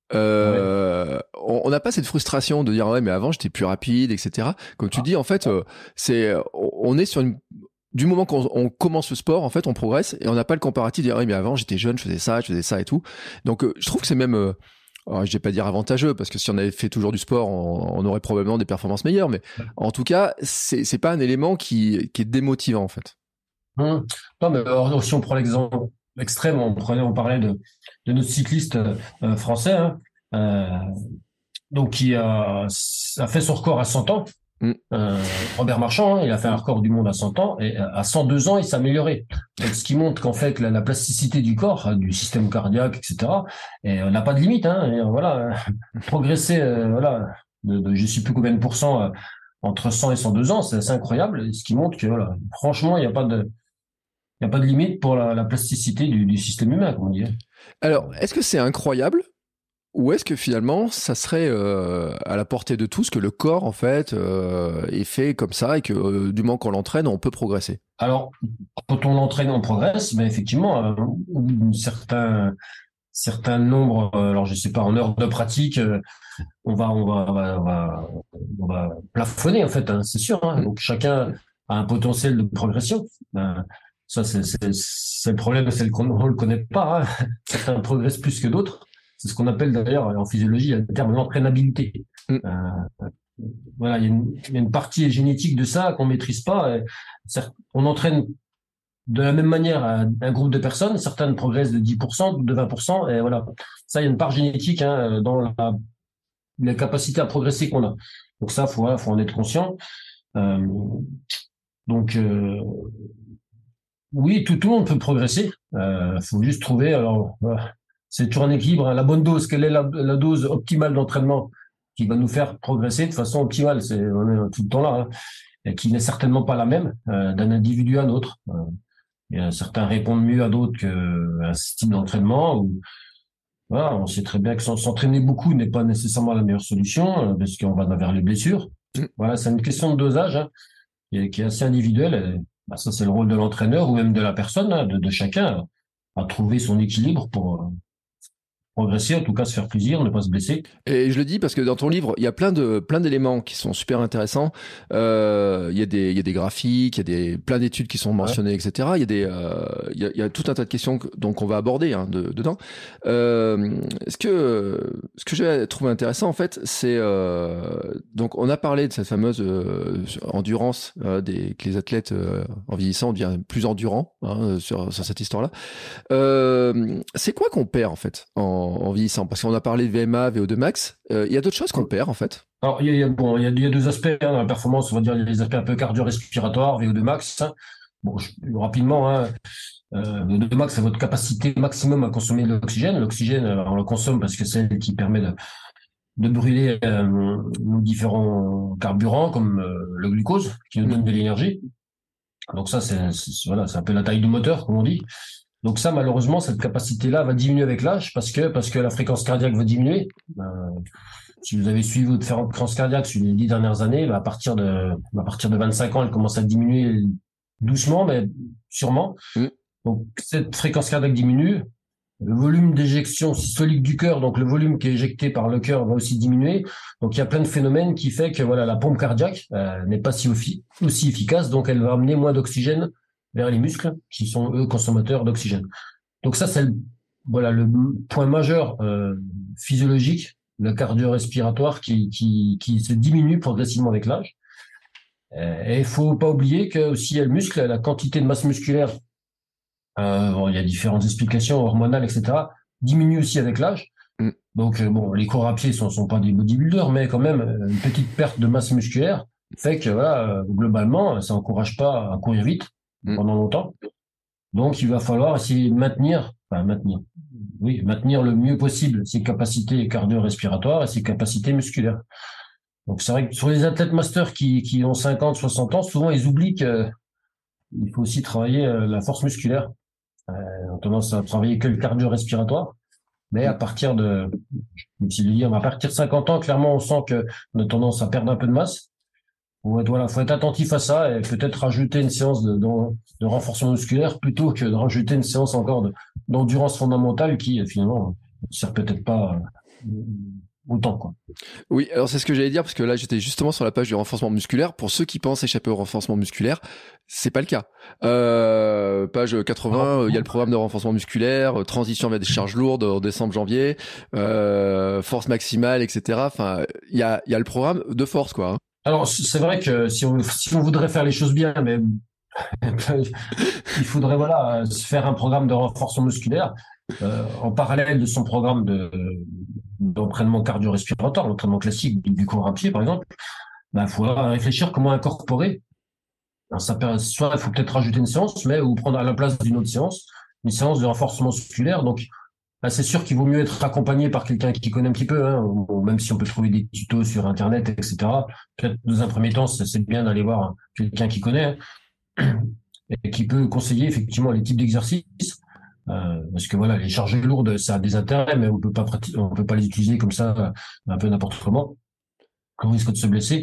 euh, ouais. on n'a pas cette frustration de dire ouais, mais avant j'étais plus rapide, et cetera. Comme tu ah. dis, en fait, euh, c'est on est sur une du moment qu'on on commence le sport, en fait, on progresse et on n'a pas le comparatif de dire oui, mais avant j'étais jeune, je faisais ça, je faisais ça et tout. Donc, euh, je trouve que c'est même euh, alors, je vais pas dire avantageux parce que si on avait fait toujours du sport, on, on aurait probablement des performances meilleures. Mais en tout cas, c'est c'est pas un élément qui qui est démotivant en fait. Hum. Non, mais alors, si on prend l'exemple extrême, on prenait, on parlait de de notre cycliste euh, français, hein, euh, donc qui a a fait son record à cent ans. Hum. Euh, Robert Marchand, hein, il a fait un record du monde à cent ans et à cent deux ans, il s'est amélioré. Donc, ce qui montre qu'en fait, la, la plasticité du corps, du système cardiaque, et cetera, et on n'a pas de limite. Hein, et voilà, progresser, euh, voilà, de, de je sais plus combien de pourcents euh, entre cent et cent deux ans, c'est assez incroyable. Ce qui montre que, voilà, franchement, il n'y a pas de, il y a pas de limite pour la, la plasticité du, du système humain, comme on dit. Alors, est-ce que c'est incroyable? Ou est-ce que finalement, ça serait euh, à la portée de tous que le corps, en fait, euh, est fait comme ça et que euh, du moment qu'on l'entraîne, on peut progresser? Alors, quand on l'entraîne, on progresse, mais effectivement, euh, un certain, certain nombre, euh, alors je sais pas, en heures de pratique, euh, on va, on va, on va, on va, on va plafonner en fait, hein, c'est sûr. Hein. Donc chacun a un potentiel de progression. Euh, ça, c'est, c'est, c'est le problème, c'est qu'on ne le connaît pas. Hein. Certains progressent plus que d'autres. C'est ce qu'on appelle d'ailleurs en physiologie le terme l'entraînabilité. Mm. Euh, voilà, il y, a une, il y a une partie génétique de ça qu'on maîtrise pas. Et certes, on entraîne de la même manière un, un groupe de personnes. Certaines progressent de dix pour cent, de vingt pour cent. Et voilà, ça, il y a une part génétique hein, dans la, la capacité à progresser qu'on a. Donc ça, faut, voilà, faut en être conscient. Euh, donc euh, oui, tout, tout le monde peut progresser. Euh, faut juste trouver alors. Voilà. C'est toujours un équilibre, hein. La bonne dose, quelle est la, la dose optimale d'entraînement qui va nous faire progresser de façon optimale, c'est on est tout le temps là, hein, et qui n'est certainement pas la même euh, d'un individu à un autre. Euh, il y a certains répondent mieux à d'autres qu'un style d'entraînement. Ou, voilà, on sait très bien que s'entraîner beaucoup n'est pas nécessairement la meilleure solution euh, parce qu'on va vers les blessures. Voilà, c'est une question de dosage hein, qui, est, qui est assez individuelle. Et, bah, ça, c'est le rôle de l'entraîneur ou même de la personne, hein, de, de chacun, à trouver son équilibre pour. Euh, progresser, en tout cas se faire plaisir, ne pas se blesser. Et je le dis parce que dans ton livre, il y a plein de plein d'éléments qui sont super intéressants. Euh, il y a des il y a des graphiques, il y a des plein d'études qui sont mentionnées, ouais. et cetera. Il y a des euh, il y a, il y a tout un tas de questions que, donc on va aborder hein, de, dedans. Euh, ce que ce que j'ai trouvé intéressant en fait, c'est euh, donc on a parlé de cette fameuse euh, endurance euh, des que les athlètes euh, en vieillissant deviennent plus endurants hein, sur sur cette histoire-là. Euh, c'est quoi qu'on perd en fait en en vieillissant, parce qu'on a parlé de V M A, V O deux max, il euh, y a d'autres choses qu'on perd en fait. Alors il y a, y a bon, il y a, y a deux aspects hein, dans la performance, on va dire les aspects un peu cardio-respiratoires, V O deux max. Hein. Bon, je, rapidement, hein, euh, V O deux max c'est votre capacité maximum à consommer de l'oxygène. L'oxygène, on le consomme parce que c'est elle qui permet de, de brûler euh, nos différents carburants comme euh, le glucose qui nous donne de l'énergie. Donc ça c'est, c'est voilà, c'est un peu la taille du moteur comme on dit. Donc ça, malheureusement, cette capacité-là va diminuer avec l'âge parce que parce que la fréquence cardiaque va diminuer. Euh, si vous avez suivi votre fréquence cardiaque sur les dix dernières années, bah à partir de à partir de vingt-cinq ans, elle commence à diminuer doucement, mais sûrement. Mmh. Donc cette fréquence cardiaque diminue. Le volume d'éjection systolique du cœur, donc le volume qui est éjecté par le cœur, va aussi diminuer. Donc il y a plein de phénomènes qui fait que voilà la pompe cardiaque euh, n'est pas si aussi, aussi efficace, donc elle va amener moins d'oxygène vers les muscles qui sont eux consommateurs d'oxygène. Donc ça c'est le, voilà le point majeur euh, physiologique, le cardio-respiratoire qui qui qui se diminue progressivement avec l'âge. Et il faut pas oublier que aussi le muscle, la quantité de masse musculaire, euh, bon, il y a différentes explications hormonales, et cetera, diminue aussi avec l'âge. Mm. Donc euh, bon, les coureurs à pied sont sont pas des bodybuilders, mais quand même une petite perte de masse musculaire fait que voilà, euh, globalement, ça encourage pas à courir vite Mm. pendant longtemps. Donc il va falloir essayer de maintenir, enfin maintenir, oui, maintenir le mieux possible ses capacités cardio-respiratoires et ses capacités musculaires. Donc c'est vrai que sur les athlètes masters qui, qui ont cinquante, soixante ans, souvent ils oublient qu'il faut aussi travailler euh, la force musculaire. Euh, on a tendance à travailler que le cardio-respiratoire. Mais à partir de, je vais dire, à partir de cinquante ans, clairement, on sent que on a tendance à perdre un peu de masse. Faut être, voilà, faut être attentif à ça et peut-être rajouter une séance de, de, de renforcement musculaire plutôt que de rajouter une séance encore de, d'endurance fondamentale qui, finalement, ne sert peut-être pas euh, autant, quoi. Oui, alors c'est ce que j'allais dire parce que là j'étais justement sur la page du renforcement musculaire. Pour ceux qui pensent échapper au renforcement musculaire, c'est pas le cas. Euh, page quatre-vingts, il y a le programme de renforcement musculaire, transition vers des charges lourdes en décembre-janvier, euh, force maximale, et cetera. Enfin, il y a, il y a le programme de force, quoi. Hein. Alors c'est vrai que si on, si on voudrait faire les choses bien, mais il faudrait voilà se faire un programme de renforcement musculaire euh, en parallèle de son programme de d'entraînement cardio-respiratoire, l'entraînement classique du, du cours à pied par exemple. Ben, il faudra réfléchir comment incorporer. Alors, ça peut, soit il faut peut-être rajouter une séance, mais ou prendre à la place d'une autre séance une séance de renforcement musculaire. Donc là, c'est sûr qu'il vaut mieux être accompagné par quelqu'un qui connaît un petit peu, hein, ou même si on peut trouver des tutos sur Internet, et cetera. Peut-être dans un premier temps, c'est bien d'aller voir quelqu'un qui connaît hein, et qui peut conseiller effectivement les types d'exercices. Euh, parce que voilà, les charges lourdes, ça a des intérêts, mais on peut pas pratiquer, on peut pas les utiliser comme ça, un peu n'importe comment. On risque de se blesser.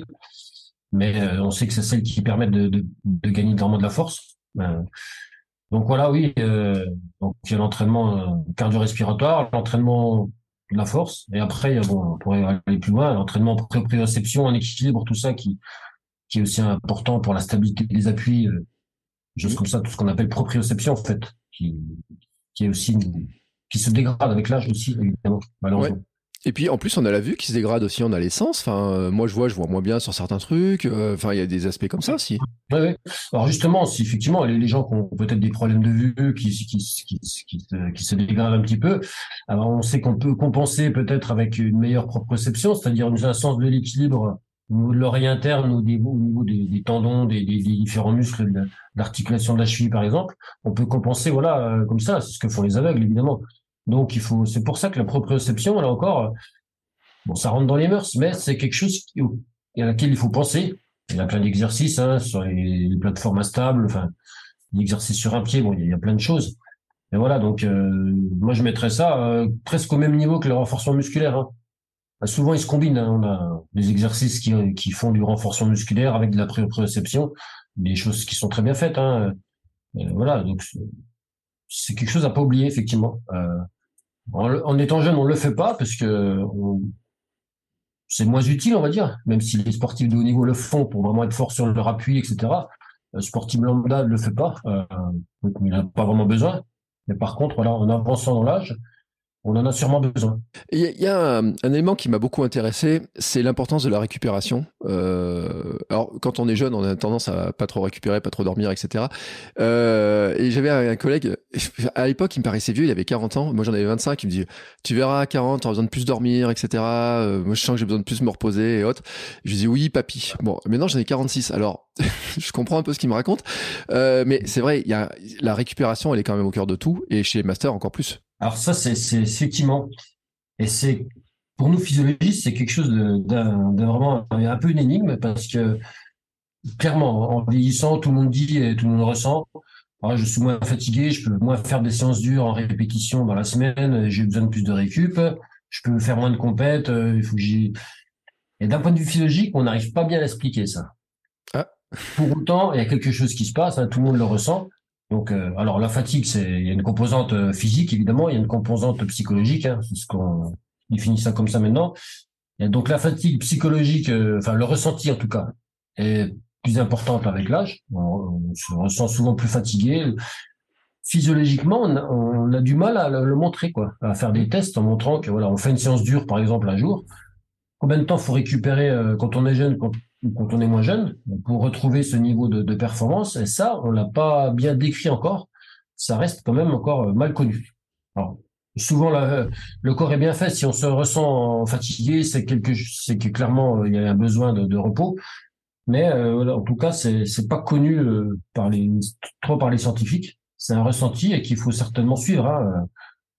Mais euh, on sait que c'est celles qui permettent de, de, de gagner vraiment de la force. Euh, donc voilà, oui. Euh, donc il y a l'entraînement euh, cardio-respiratoire, l'entraînement de la force, et après, bon, on pourrait aller plus loin, l'entraînement proprioception, en équilibre, tout ça qui qui est aussi important pour la stabilité des appuis, euh, choses comme ça, tout ce qu'on appelle proprioception en fait, qui qui est aussi qui se dégrade avec l'âge aussi, évidemment, malheureusement. Ouais. Et puis en plus on a la vue qui se dégrade aussi en adolescence. Enfin, euh, moi je vois, je vois moins bien sur certains trucs. Euh, enfin, il y a des aspects comme ça aussi. Ouais, ouais. Alors justement, si effectivement les, les gens qui ont peut-être des problèmes de vue, qui qui qui qui, qui, se, qui se dégradent un petit peu, alors on sait qu'on peut compenser peut-être avec une meilleure proprioception, c'est-à-dire un sens de l'équilibre au niveau de l'oreille interne ou des, au niveau des, des tendons, des, des, des différents muscles de l'articulation de la cheville par exemple. On peut compenser, voilà, euh, comme ça. C'est ce que font les aveugles évidemment. Donc il faut, c'est pour ça que la proprioception, là encore, bon, ça rentre dans les mœurs, mais c'est quelque chose qui, à laquelle il faut penser. Il y a plein d'exercices hein, sur les, les plateformes instables, enfin, l'exercice sur un pied, bon, il y a, il y a plein de choses. Et voilà, donc euh, moi je mettrais ça euh, presque au même niveau que le renforcement musculaire. Hein. Souvent ils se combinent. Hein. On a des exercices qui, qui font du renforcement musculaire avec de la proprioception, des choses qui sont très bien faites. Hein. Et voilà, donc c'est quelque chose à pas oublier effectivement. Euh, en, en étant jeune, on le fait pas parce que on, c'est moins utile, on va dire, même si les sportifs de haut niveau le font pour vraiment être forts sur leur appui, et cetera. Le sportif lambda ne le fait pas, euh, donc il n'a pas vraiment besoin. Mais par contre, voilà, en avançant dans l'âge, on en a sûrement besoin. Il y a, y a un, un élément qui m'a beaucoup intéressé, c'est l'importance de la récupération. Euh, alors, quand on est jeune, on a tendance à pas trop récupérer, pas trop dormir, et cetera. Euh, et j'avais un, un collègue, à l'époque, il me paraissait vieux, il avait quarante ans. Moi, j'en avais vingt-cinq. Il me dit, tu verras, à quarante, t'auras besoin de plus dormir, et cetera. Euh, moi, je sens que j'ai besoin de plus me reposer et autres. Je lui dis, oui, papy. Bon, maintenant, j'en ai quarante-six. Alors, je comprends un peu ce qu'il me raconte. Euh, mais c'est vrai, il y a, la récupération, elle est quand même au cœur de tout. Et chez les masters, encore plus. Alors ça, c'est, c'est effectivement, et c'est pour nous physiologistes, c'est quelque chose de, de, de vraiment un peu une énigme parce que clairement, en vieillissant, tout le monde dit et tout le monde ressent. Alors, je suis moins fatigué, je peux moins faire des séances dures en répétition dans la semaine, j'ai besoin de plus de récup, je peux faire moins de compètes, il faut que j'y. Et d'un point de vue physiologique, on n'arrive pas bien à expliquer ça. Ah. Pour autant, il y a quelque chose qui se passe, hein, tout le monde le ressent. Donc, euh, alors la fatigue, c'est, il y a une composante euh, physique évidemment, il y a une composante psychologique, hein, c'est ce qu'on définit ça comme ça maintenant. Il y a donc la fatigue psychologique, euh, enfin le ressenti en tout cas, est plus importante avec l'âge. On, on se ressent souvent plus fatigué. Physiologiquement, on a, on a du mal à le, le montrer, quoi, à faire des tests en montrant que voilà, on fait une séance dure, par exemple, un jour. Combien de temps faut récupérer euh, quand on est jeune, quand, quand on est moins jeune, pour retrouver ce niveau de, de performance? Et ça, on l'a pas bien décrit encore. Ça reste quand même encore mal connu. Alors, souvent, la, le corps est bien fait. Si on se ressent fatigué, c'est quelque, c'est que clairement il y a un besoin de, de repos. Mais euh, en tout cas, c'est c'est pas connu euh, par les trop par les scientifiques. C'est un ressenti et qu'il faut certainement suivre. Hein.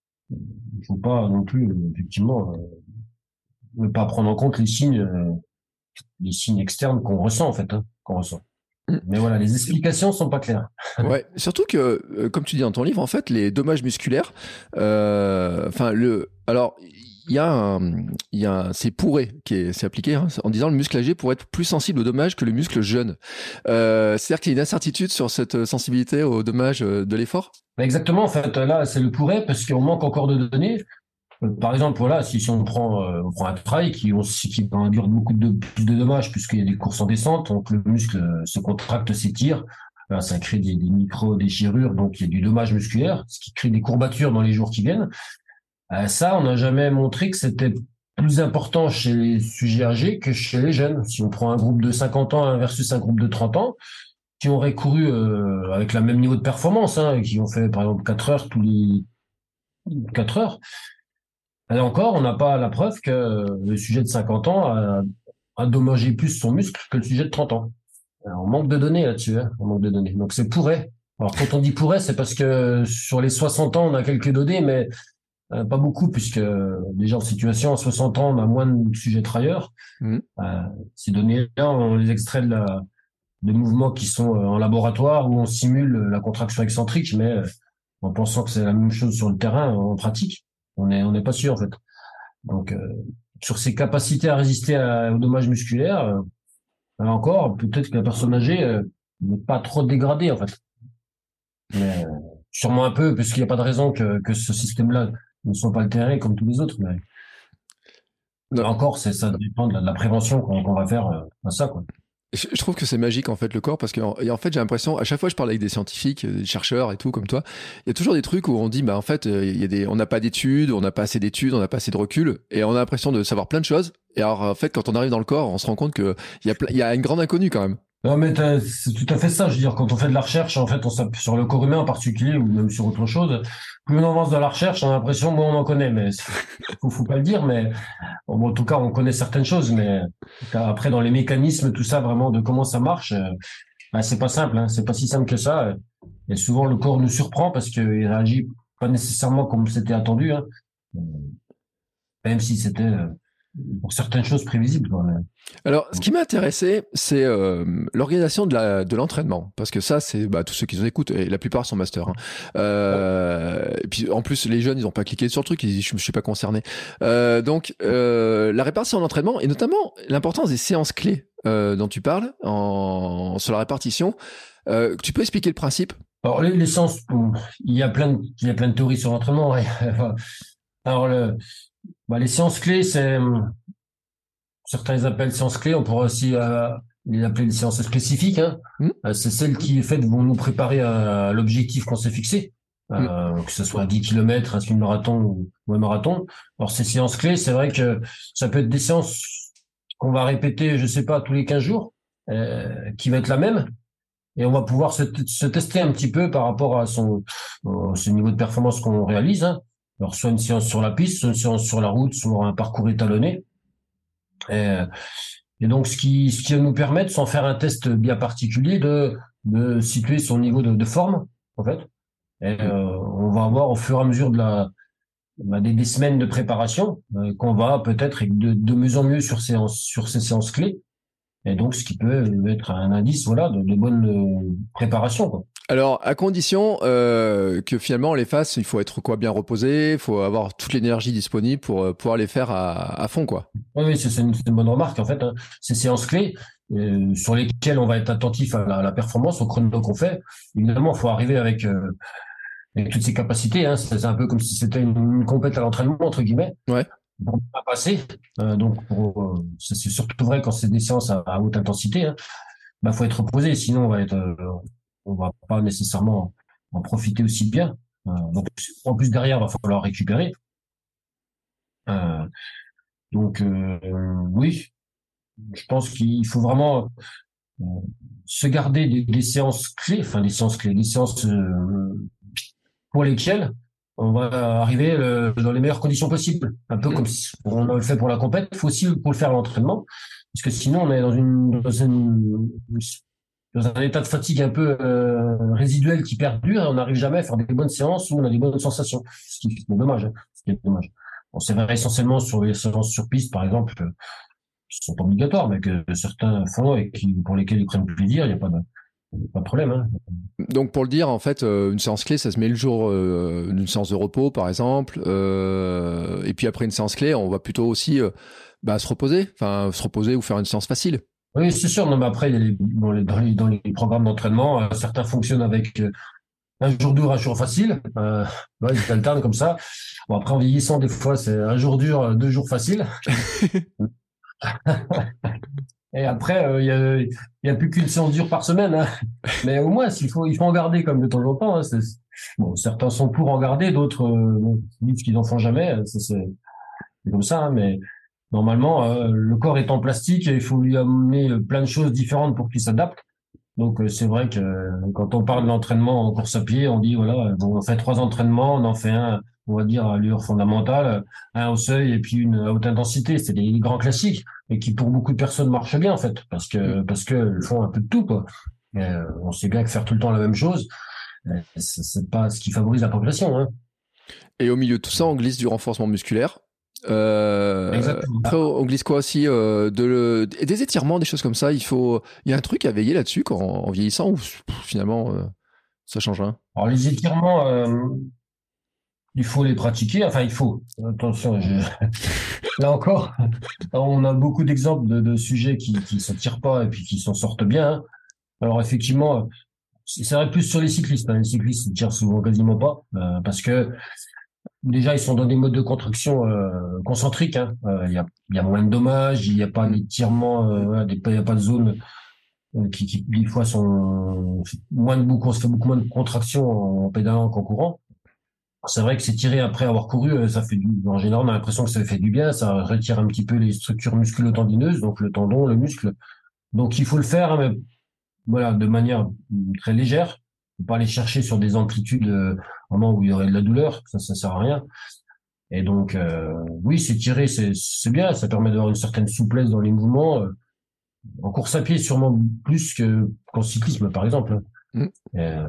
Il faut pas non plus, effectivement, euh, ne pas prendre en compte les signes, euh, les signes externes qu'on ressent en fait, hein, qu'on ressent. Mais voilà, les explications sont pas claires. Ouais, surtout que, euh, comme tu dis dans ton livre, en fait, les dommages musculaires, euh, enfin le, alors il y a un, il y a un, c'est Pourret qui est, c'est appliqué hein, en disant le muscle âgé pourrait être plus sensible aux dommages que le muscle jeune. Euh, c'est-à-dire qu'il y a une incertitude sur cette sensibilité aux dommages de l'effort. Exactement, en fait, là c'est le pourrait parce qu'on manque encore de données. Par exemple, voilà, si, si on prend, euh, on prend un trail qui, on, qui va induire beaucoup de, plus de dommages puisqu'il y a des courses en descente, donc le muscle se contracte, s'étire, là, ça crée des, des micro-déchirures, donc il y a du dommage musculaire, ce qui crée des courbatures dans les jours qui viennent. Euh, ça, on n'a jamais montré que c'était plus important chez les sujets âgés que chez les jeunes. Si on prend un groupe de cinquante ans versus un groupe de trente ans, qui aurait couru euh, avec le même niveau de performance, hein, qui ont fait par exemple quatre heures tous les quatre heures, et encore, on n'a pas la preuve que le sujet de cinquante ans a, a dommagé plus son muscle que le sujet de trente ans. Alors, on manque de données là-dessus, hein, on manque de données. Donc c'est pourrait. Alors quand on dit pourrait, c'est parce que sur les soixante ans, on a quelques données, mais euh, pas beaucoup, puisque déjà en situation à soixante ans, on a moins de sujets trailleurs. Mmh. Euh, ces données-là, on les extrait de, la, de mouvements qui sont en laboratoire où on simule la contraction excentrique, mais euh, en pensant que c'est la même chose sur le terrain, en pratique. On n'est on n'est pas sûr en fait. Donc euh, sur ses capacités à résister à, aux dommages musculaires, euh, là encore, peut-être que la personne âgée euh, n'est pas trop dégradée en fait. Mais euh, sûrement un peu, puisqu'il n'y a pas de raison que, que ce système-là ne soit pas altéré comme tous les autres. Mais là encore, c'est ça dépend de la, de la prévention qu'on, qu'on va faire euh, à ça, quoi. Je trouve que c'est magique en fait le corps parce que en fait j'ai l'impression à chaque fois que je parle avec des scientifiques, des chercheurs et tout comme toi, il y a toujours des trucs où on dit bah en fait il y a des on n'a pas d'études, on n'a pas assez d'études, on n'a pas assez de recul et on a l'impression de savoir plein de choses et alors en fait quand on arrive dans le corps on se rend compte que il y a il y a une grande inconnue quand même. Non mais c'est tout à fait ça, je veux dire, quand on fait de la recherche, en fait, on s'appuie sur le corps humain en particulier, ou même sur autre chose, plus on avance dans la recherche, on a l'impression, moins on en connaît, mais faut, faut pas le dire, mais bon, en tout cas, on connaît certaines choses, mais après, dans les mécanismes, tout ça, vraiment, de comment ça marche, euh, ben, c'est pas simple, hein, c'est pas si simple que ça, et souvent, le corps nous surprend parce qu'il réagit pas nécessairement comme c'était attendu, hein, même si c'était... Euh, pour certaines choses prévisibles. Quoi. Alors, ce qui m'a intéressé, c'est euh, l'organisation de, la, de l'entraînement, parce que ça, c'est bah, tous ceux qui nous écoutent, et la plupart sont masters. Hein. Euh, et puis, en plus, les jeunes, ils n'ont pas cliqué sur le truc, ils disent, je ne suis pas concerné. Euh, donc, euh, la répartition de l'entraînement, et notamment l'importance des séances clés euh, dont tu parles en, sur la répartition. Euh, tu peux expliquer le principe ? Alors, les, les séances, bon, il y a plein de, il y a plein de théories sur l'entraînement. Ouais. Alors, le... Bah, les séances clés, c'est certains les appellent séances clés. On pourrait aussi euh, les appeler des séances spécifiques. Hein. Mmh. Euh, c'est celles qui, en fait, vont nous préparer à, à l'objectif qu'on s'est fixé, euh, mmh. que ce soit dix kilomètres, un semi-marathon ou, ou un marathon. Alors ces séances clés, c'est vrai que ça peut être des séances qu'on va répéter, je sais pas, tous les quinze jours, euh, qui va être la même. Et on va pouvoir se, se tester un petit peu par rapport à son, euh, ce niveau de performance qu'on réalise. Hein. Alors, soit une séance sur la piste, soit une séance sur la route, sur un parcours étalonné. Et, et donc, ce qui, ce qui va nous permettre, sans faire un test bien particulier, de, de situer son niveau de, de forme, en fait. Et euh, on va avoir au fur et à mesure de la, des, des semaines de préparation, euh, qu'on va peut-être de, de mieux en mieux sur ces, sur ces séances clés. Et donc, ce qui peut être un indice, voilà, de, de bonne préparation, quoi. Alors, à condition euh, que finalement on les fasse, il faut être quoi bien reposé, il faut avoir toute l'énergie disponible pour euh, pouvoir les faire à, à fond, quoi. Oui, oui, c'est, c'est, une, c'est une bonne remarque en fait. Hein. Ces séances clés euh, sur lesquelles on va être attentif à la, à la performance, au chrono qu'on fait. Évidemment, il faut arriver avec, euh, avec toutes ses capacités. Hein. C'est, c'est un peu comme si c'était une, une compète à l'entraînement entre guillemets. Ouais. Pour ne pas passer. Euh, donc, pour, euh, c'est, c'est surtout vrai quand c'est des séances à, à haute intensité. Hein. bah faut être reposé, sinon on va être, euh, on va pas nécessairement en profiter aussi bien. Euh, donc en plus derrière, il va falloir récupérer. Euh, donc euh, oui, je pense qu'il faut vraiment euh, se garder des, des séances clés, enfin des séances clés, des séances euh, pour lesquelles on va arriver euh, dans les meilleures conditions possibles. Un peu comme si on le fait pour la compète, il faut aussi pour le faire à l'entraînement, parce que sinon on est dans une dans une dans un état de fatigue un peu euh, résiduel qui perdure et on n'arrive jamais à faire des bonnes séances où on a des bonnes sensations. Ce qui est dommage. Hein. Ce qui est dommage. On c'est vrai essentiellement sur les séances sur piste, par exemple, euh, qui sont pas obligatoires, mais que certains font et qui pour lesquels ils prennent plaisir. Il n'y a pas de pas de problème. Hein. Donc pour le dire, en fait, euh, une séance clé, ça se met le jour euh, d'une séance de repos, par exemple. Euh, et puis après une séance clé, on va plutôt aussi euh, bah, se reposer, enfin se reposer ou faire une séance facile. Oui, c'est sûr. Non, mais après, il y a les, bon, les, dans, les, dans les programmes d'entraînement, euh, certains fonctionnent avec euh, un jour dur, un jour facile. Euh, ouais, ils alternent comme ça. Bon, après, en vieillissant, des fois, c'est un jour dur, deux jours faciles. Et après, euh, il y a, il y a plus qu'une séance dure par semaine. Hein. Mais au moins, s'il faut, il faut en garder comme de temps en temps. Hein. C'est, bon, certains sont pour en garder, d'autres euh, bon, disent qu'ils n'en font jamais. Ça, c'est, c'est comme ça. Hein, mais normalement, euh, le corps est en plastique et il faut lui amener plein de choses différentes pour qu'il s'adapte. Donc, euh, c'est vrai que euh, quand on parle de l'entraînement en course à pied, on dit, voilà, bon, on fait trois entraînements, on en fait un, on va dire, à allure fondamentale, un au seuil et puis une à haute intensité. C'est des grands classiques et qui, pour beaucoup de personnes, marchent bien, en fait, parce que, parce que ils font un peu de tout, quoi. Et, euh, on sait bien que faire tout le temps la même chose, euh, c'est c'est pas ce qui favorise la progression, hein. Et au milieu de tout ça, on glisse du renforcement musculaire. Euh, Exactement. après, on glisse quoi aussi euh, de le, des étirements, des choses comme ça. Il faut, il y a un truc à veiller là-dessus quand, en vieillissant ou pff, finalement euh, ça change rien. Alors, les étirements, euh, il faut les pratiquer. Enfin, il faut. Attention, je... là encore, on a beaucoup d'exemples de, de sujets qui qui s'en tirent pas et puis qui s'en sortent bien. Hein. Alors effectivement, c'est c'est vrai plus sur les cyclistes. Hein. Les cyclistes ne tirent souvent quasiment pas euh, parce que déjà ils sont dans des modes de contraction euh, concentriques. Hein. Euh, Il y a il y a moins de dommages, il n'y a pas d'étirement, euh, voilà, des- il y a pas de zones euh, qui, qui des fois sont moins de beaucoup, on se fait beaucoup moins de contractions en pédalant qu'en courant. C'est vrai que c'est tiré après avoir couru, euh, ça fait du, en général, on a l'impression que ça fait du bien, ça retire un petit peu les structures musculo-tendineuses, donc le tendon, le muscle. Donc il faut le faire, hein, mais voilà, de manière très légère. Faut pas aller chercher sur des amplitudes, euh, vraiment où il y aurait de la douleur, ça, ça sert à rien. Et donc, euh, oui, c'est tiré, c'est, c'est bien, ça permet d'avoir une certaine souplesse dans les mouvements. euh, En course à pied, sûrement plus que qu'en cyclisme, par exemple. Hein. Mm. Euh,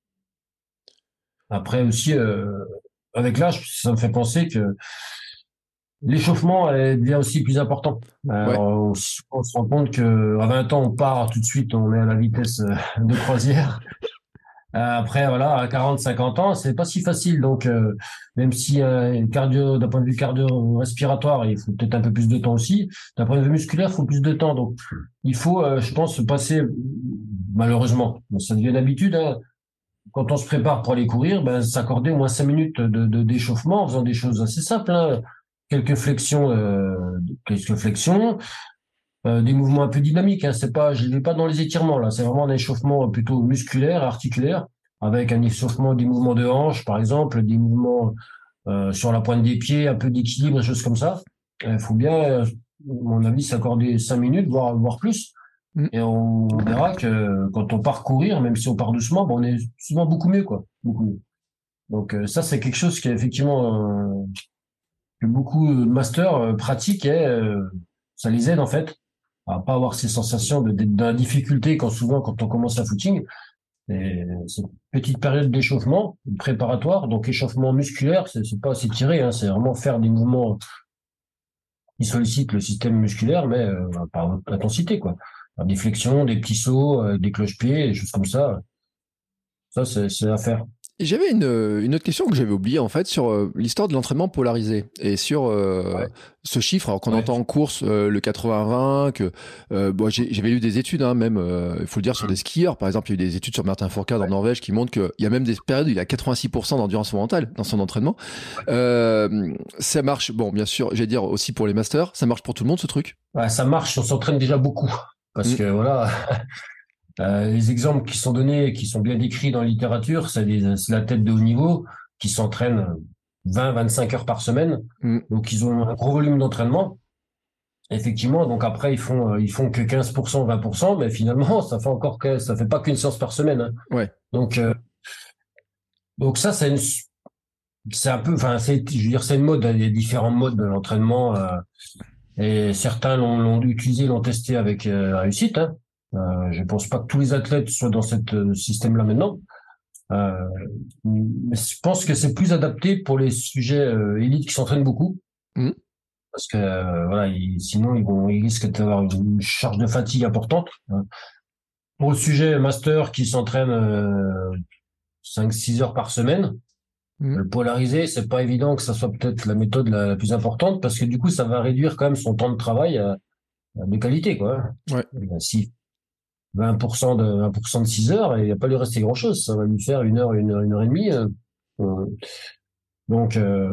après aussi, euh, avec l'âge, ça me fait penser que l'échauffement elle, devient aussi plus important. Ouais. Alors, on, s- on se rend compte que à vingt ans, on part tout de suite, on est à la vitesse euh, de croisière. Euh, Après, voilà, à quarante, cinquante ans, c'est pas si facile. Donc, euh, même si euh, cardio, d'un point de vue cardio-respiratoire, il faut peut-être un peu plus de temps aussi. D'un point de vue musculaire, il faut plus de temps. Donc, il faut, euh, je pense, passer, malheureusement, ça devient une habitude, hein, quand on se prépare pour aller courir, ben, s'accorder au moins cinq minutes de, de d'échauffement en faisant des choses assez simples, hein. Quelques flexions, euh, quelques flexions, euh, des mouvements un peu dynamiques. Hein. C'est pas, je ne vais pas dans les étirements là. C'est vraiment un échauffement plutôt musculaire, articulaire, avec un échauffement des mouvements de hanche, par exemple, des mouvements euh, sur la pointe des pieds, un peu d'équilibre, des choses comme ça. Il faut bien, euh, à mon avis, s'accorder cinq minutes, voire voire plus. Mm. Et on verra que quand on part courir, même si on part doucement, ben, on est souvent beaucoup mieux, quoi, beaucoup mieux. Donc euh, ça, c'est quelque chose qui est effectivement euh, que beaucoup de masters euh, pratiquent et euh, ça les aide en fait à pas avoir ces sensations de, de, de la difficulté quand souvent quand on commence un footing. Et cette petite période d'échauffement préparatoire, donc échauffement musculaire, c'est c'est pas s'étirer, hein, c'est vraiment faire des mouvements qui sollicitent le système musculaire, mais euh, par haute intensité, quoi. Faire des flexions, des petits sauts, euh, des cloche-pieds, des choses comme ça. Ça, c'est c'est à faire. Et j'avais une, euh, une autre question que j'avais oubliée en fait sur euh, l'histoire de l'entraînement polarisé et sur euh, Ouais. ce chiffre alors qu'on Ouais. entend en course euh, le quatre-vingts vingt que euh, bon, j'ai- j'avais lu des études hein, même euh, il faut le dire sur des skieurs par exemple il y a eu des études sur Martin Fourcade en Norvège qui montrent qu'il y a même des périodes où il a quatre-vingt-six pour cent d'endurance mentale dans son entraînement. Euh, ça marche bon bien sûr j'allais dire aussi pour les masters ça marche pour tout le monde ce truc. Ouais, ça marche, on s'entraîne déjà beaucoup. Parce Mm. que voilà, Euh, les exemples qui sont donnés, qui sont bien décrits dans la littérature, c'est des, c'est l'athlète de haut niveau qui s'entraîne vingt, vingt-cinq heures par semaine. Mm. Donc, ils ont un gros volume d'entraînement. Effectivement, donc après, ils font, ils font que quinze pour cent, vingt pour cent, mais finalement, ça fait encore que, ça fait pas qu'une séance par semaine, hein. Ouais. Donc, euh, donc ça, c'est une, c'est un peu, enfin, c'est, je veux dire, c'est une mode. Il y a différents modes de l'entraînement, euh, et certains l'ont, l'ont utilisé, l'ont testé avec euh, réussite, hein. Euh, je pense pas que tous les athlètes soient dans ce euh, système-là maintenant. Euh, mais je pense que c'est plus adapté pour les sujets euh, élites qui s'entraînent beaucoup. Mm. Parce que euh, voilà, ils, sinon ils vont, ils risquent d'avoir une charge de fatigue importante. Pour le sujet master qui s'entraîne euh, cinq six heures par semaine, Mm. le polarisé, c'est pas évident que ça soit peut-être la méthode la, la plus importante parce que du coup, ça va réduire quand même son temps de travail à, à de qualité, quoi. Ouais. Si vingt pour cent de vingt pour cent de six heures, il n'y a pas lui rester grand-chose. Ça va lui faire une heure, une heure, une heure et demie. Euh, euh, donc, euh,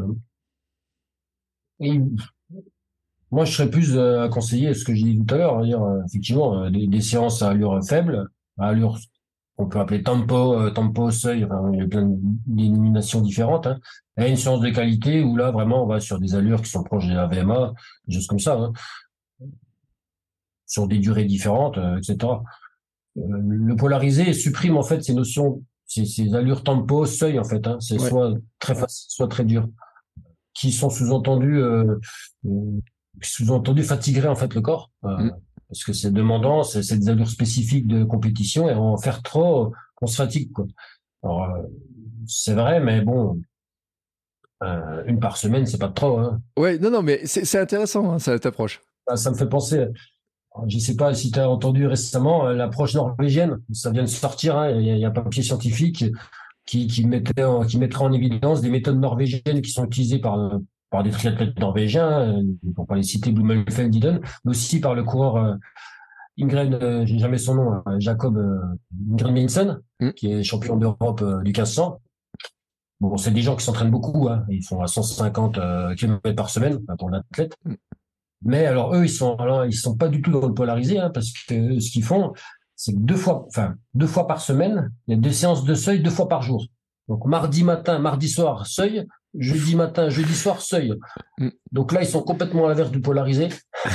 il, moi, je serais plus euh, à conseiller ce que j'ai dit tout à l'heure, dire euh, effectivement euh, des, des séances à allure faible, à allure qu'on peut appeler tempo, euh, tempo, seuil, enfin, il y a plein de dénominations différentes, hein, et une séance de qualité où là vraiment on va sur des allures qui sont proches de la V M A, des choses comme ça, hein, sur des durées différentes, euh, et cetera. Euh, le polarisé supprime en fait ces notions, ces, ces allures tempo, seuil en fait, hein, c'est Ouais. soit très facile, soit très dur, qui sont sous-entendus euh, euh, sous-entendu fatiguerait en fait le corps, euh, Mm. parce que c'est demandant, c'est, c'est des allures spécifiques de compétition et en faire trop, on se fatigue, quoi. Alors euh, c'est vrai, mais bon, euh, une par semaine, c'est pas trop, hein. Ouais, non, non, mais c'est c'est intéressant, hein, ça t'approche. Ça, ça me fait penser, je sais pas si tu as entendu récemment euh, l'approche norvégienne, ça vient de sortir, hein, il y a, il y a un papier scientifique qui, qui mettait en, qui mettra en évidence des méthodes norvégiennes qui sont utilisées par par des triathlètes norvégiens, euh, pour pas les citer, Blumenfeld, Didon, mais aussi par le coureur euh, Ingrid, euh, j'ai jamais son nom, euh, Jacob euh, Ingrid Mm. qui est champion d'Europe euh, du quinze cents. Bon, c'est des gens qui s'entraînent beaucoup, hein, ils font à cent cinquante euh, kilomètres par semaine hein, pour l'athlète. Mm. Mais alors eux, ils sont alors, ils sont pas du tout dans le polarisé, hein, parce que euh, ce qu'ils font, c'est que deux fois, enfin deux fois par semaine, il y a des séances de seuil deux fois par jour. Donc mardi matin, mardi soir, seuil, jeudi matin, jeudi soir, seuil. Mm. Donc là, ils sont complètement à l'inverse du polarisé.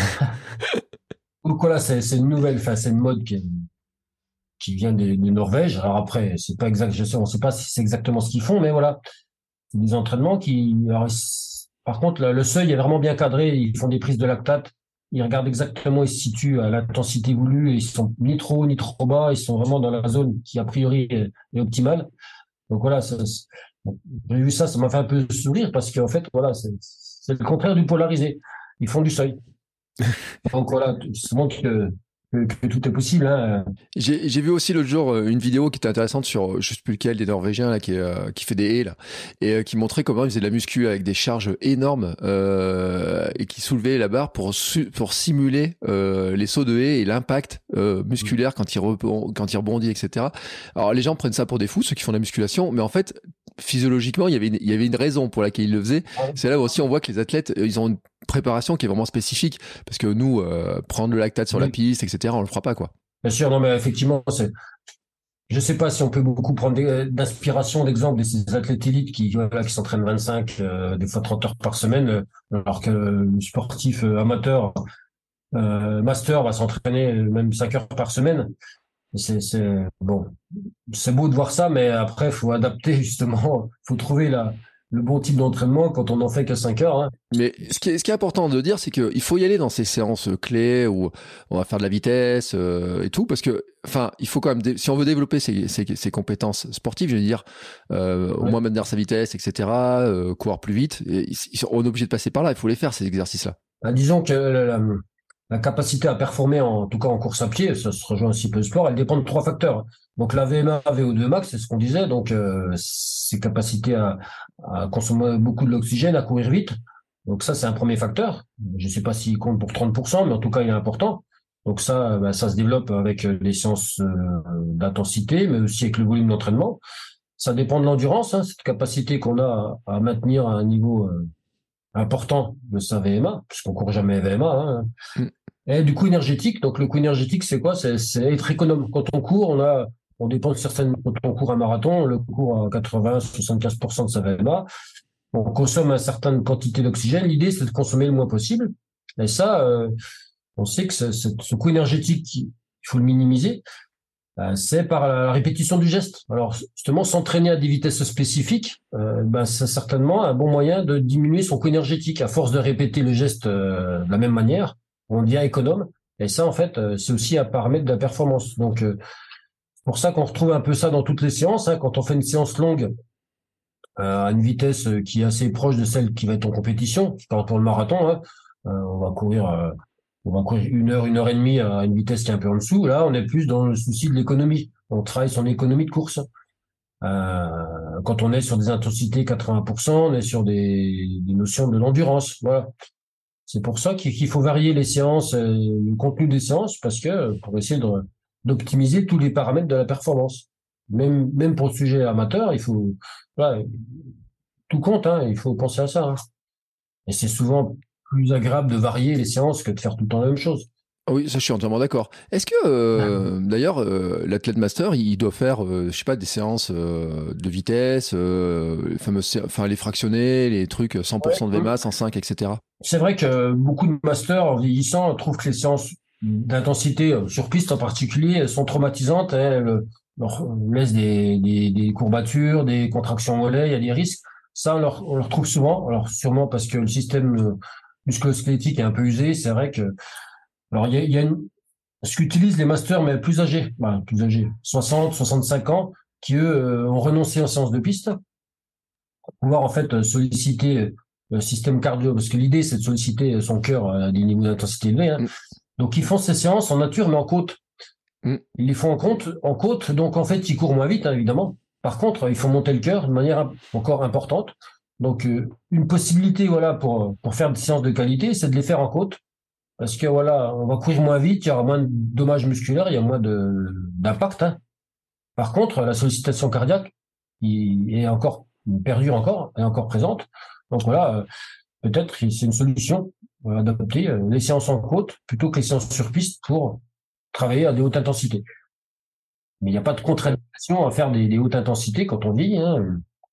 Donc voilà, c'est c'est une nouvelle, enfin c'est une mode qui, est- qui vient de, de Norvège. Alors après, c'est pas exact, je sais, on sait pas si c'est exactement ce qu'ils font, mais voilà, c'est des entraînements qui. Alors, ils- par contre, le, le seuil est vraiment bien cadré. Ils font des prises de lactate. Ils regardent exactement, ils se situent à l'intensité voulue. Et ils sont ni trop haut ni trop bas. Ils sont vraiment dans la zone qui a priori est, est optimale. Donc voilà, ça, c'est- bon, j'ai vu ça, ça m'a fait un peu sourire parce qu'en fait, voilà, c'est c'est le contraire du polarisé. Ils font du seuil. Donc voilà, ça montre que, que, que tout est possible, hein. J'ai j'ai vu aussi l'autre jour euh, une vidéo qui était intéressante sur, euh, je sais plus lequel, des Norvégiens là, qui, est, euh, qui fait des haies là, et euh, qui montrait comment ils faisaient de la muscu avec des charges énormes euh, et qui soulevaient la barre pour, su- pour simuler euh, les sauts de haies et l'impact euh, musculaire quand il, rebond, quand il rebondit, et cetera. Alors les gens prennent ça pour des fous, ceux qui font de la musculation, mais en fait, physiologiquement, il y avait une, il y avait une raison pour laquelle ils le faisaient. C'est là où aussi on voit que les athlètes, euh, ils ont une préparation qui est vraiment spécifique, parce que nous, euh, prendre le lactate sur Oui. la piste, et cetera, on le fera pas, quoi. Bien sûr, non, mais effectivement, c'est. Je sais pas si on peut beaucoup prendre des- d'inspiration, d'exemples de ces athlètes élites qui, voilà, qui s'entraînent vingt-cinq, euh, des fois trente heures par semaine, euh, alors que le sportif euh, amateur, euh, master va s'entraîner euh, même cinq heures par semaine. C'est, c'est, bon, c'est beau de voir ça, mais après, faut adapter justement, faut trouver la, le bon type d'entraînement quand on n'en fait que cinq heures, hein. Mais ce qui est, ce qui est important de dire, c'est qu'il faut y aller dans ces séances clés où on va faire de la vitesse euh, et tout, parce que, enfin, il faut quand même, dé- si on veut développer ses, ses, ses compétences sportives, je veux dire, euh, au Ouais. moins maintenir sa vitesse, et cetera, euh, courir plus vite, et, ils- on est obligé de passer par là, il faut les faire, ces exercices-là. Ah, disons que la, la- la capacité à performer, en tout cas en course à pied, ça se rejoint aussi peu le sport, elle dépend de trois facteurs. Donc la V M A, V O deux max, c'est ce qu'on disait, donc euh, ses capacités à, à consommer beaucoup de l'oxygène, à courir vite. Donc ça, c'est un premier facteur. Je ne sais pas s'il compte pour trente pour cent, mais en tout cas, il est important. Donc ça, bah, ça se développe avec les séances euh, d'intensité, mais aussi avec le volume d'entraînement. Ça dépend de l'endurance, hein, cette capacité qu'on a à, à maintenir à un niveau euh, important de sa V M A, puisqu'on court jamais V M A, hein. Mm. Et du coût énergétique. Donc le coût énergétique, c'est quoi? C'est, c'est être économe. Quand on court, on a, on dépend de certaines. Quand on court un marathon, on le court à quatre-vingts, soixante-quinze pour cent de sa V M A. On consomme une certaine quantité d'oxygène. L'idée, c'est de consommer le moins possible. Et ça, euh, on sait que ce, ce, ce coût énergétique, il faut le minimiser. Euh, c'est par la répétition du geste. Alors justement, s'entraîner à des vitesses spécifiques, euh, ben, c'est certainement un bon moyen de diminuer son coût énergétique. À force de répéter le geste euh, de la même manière, on devient économe. Et ça, en fait, euh, c'est aussi un paramètre de la performance. Donc, euh, c'est pour ça qu'on retrouve un peu ça dans toutes les séances. Hein. Quand on fait une séance longue euh, à une vitesse qui est assez proche de celle qui va être en compétition, quand pour le marathon, hein, euh, on va courir... Euh, on va courir une heure, une heure et demie à une vitesse qui est un peu en dessous. Là, on est plus dans le souci de l'économie. On travaille son économie de course. Euh, quand on est sur des intensités quatre-vingts pour cent, on est sur des, des notions de l'endurance. Voilà. C'est pour ça qu'il faut varier les séances, euh, le contenu des séances, parce que pour essayer de, d'optimiser tous les paramètres de la performance. Même, même pour le sujet amateur, il faut, voilà, tout compte, hein, il faut penser à ça. Hein. Et c'est souvent plus agréable de varier les séances que de faire tout le temps la même chose. Oui, ça je suis entièrement d'accord. Est-ce que euh, d'ailleurs euh, l'athlète master il doit faire, euh, je sais pas, des séances euh, de vitesse, euh, les fameuses, enfin les fractionnés, les trucs cent pour cent de V M A, cent cinq, et cetera. C'est vrai que beaucoup de masters en vieillissant trouvent que les séances d'intensité sur piste en particulier sont traumatisantes. Elles leur laissent des, des, des courbatures, des contractions mollets, il y a des risques. Ça, on leur, on leur trouve souvent. Alors sûrement parce que le système musculo-squelettique est un peu usé. C'est vrai que, alors il y a, il y a une, ce qu'utilisent les masters mais plus âgés, bah, plus âgés, soixante, soixante-cinq ans, qui eux euh, ont renoncé aux séances de piste pour pouvoir en fait solliciter le système cardio, parce que l'idée c'est de solliciter son cœur à des niveaux d'intensité élevés. Hein. Mm. Donc ils font ces séances en nature mais en côte. Mm. Ils les font en côte, en côte, donc en fait ils courent moins vite hein, évidemment. Par contre, il faut monter le cœur de manière encore importante. Donc, euh, une possibilité, voilà, pour pour faire des séances de qualité, c'est de les faire en côte, parce que voilà, on va courir moins vite, il y aura moins de dommages musculaires, il y a moins de d'impact. Hein. Par contre, la sollicitation cardiaque il est encore perdure encore, est encore présente. Donc voilà, euh, peut-être que c'est une solution euh, d'adopter euh, les séances en côte plutôt que les séances sur piste pour travailler à des hautes intensités. Mais il n'y a pas de contre-indication à faire des, des hautes intensités quand on vit. Hein.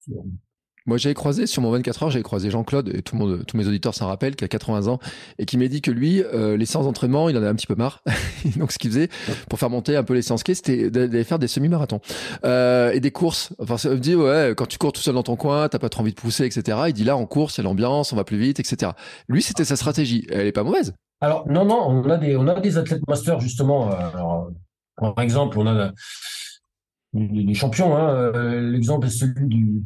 Moi, j'avais croisé sur mon vingt-quatre heures, j'avais croisé Jean-Claude, et tout le monde, tous mes auditeurs s'en rappellent, qui a quatre-vingts ans, et qui m'a dit que lui, euh, les séances d'entraînement, il en avait un petit peu marre. Donc, ce qu'il faisait pour faire monter un peu les séances clés, c'était d'aller faire des semi-marathons euh, et des courses. Enfin, ça me dit, ouais, quand tu cours tout seul dans ton coin, t'as pas trop envie de pousser, et cetera. Il dit là, en course, il y a l'ambiance, on va plus vite, et cetera. Lui, c'était sa stratégie. Elle est pas mauvaise. Alors, non, non, on a des, on a des athlètes masters, justement. Euh, alors, par exemple, on a les, les champions. Hein, euh, l'exemple est celui du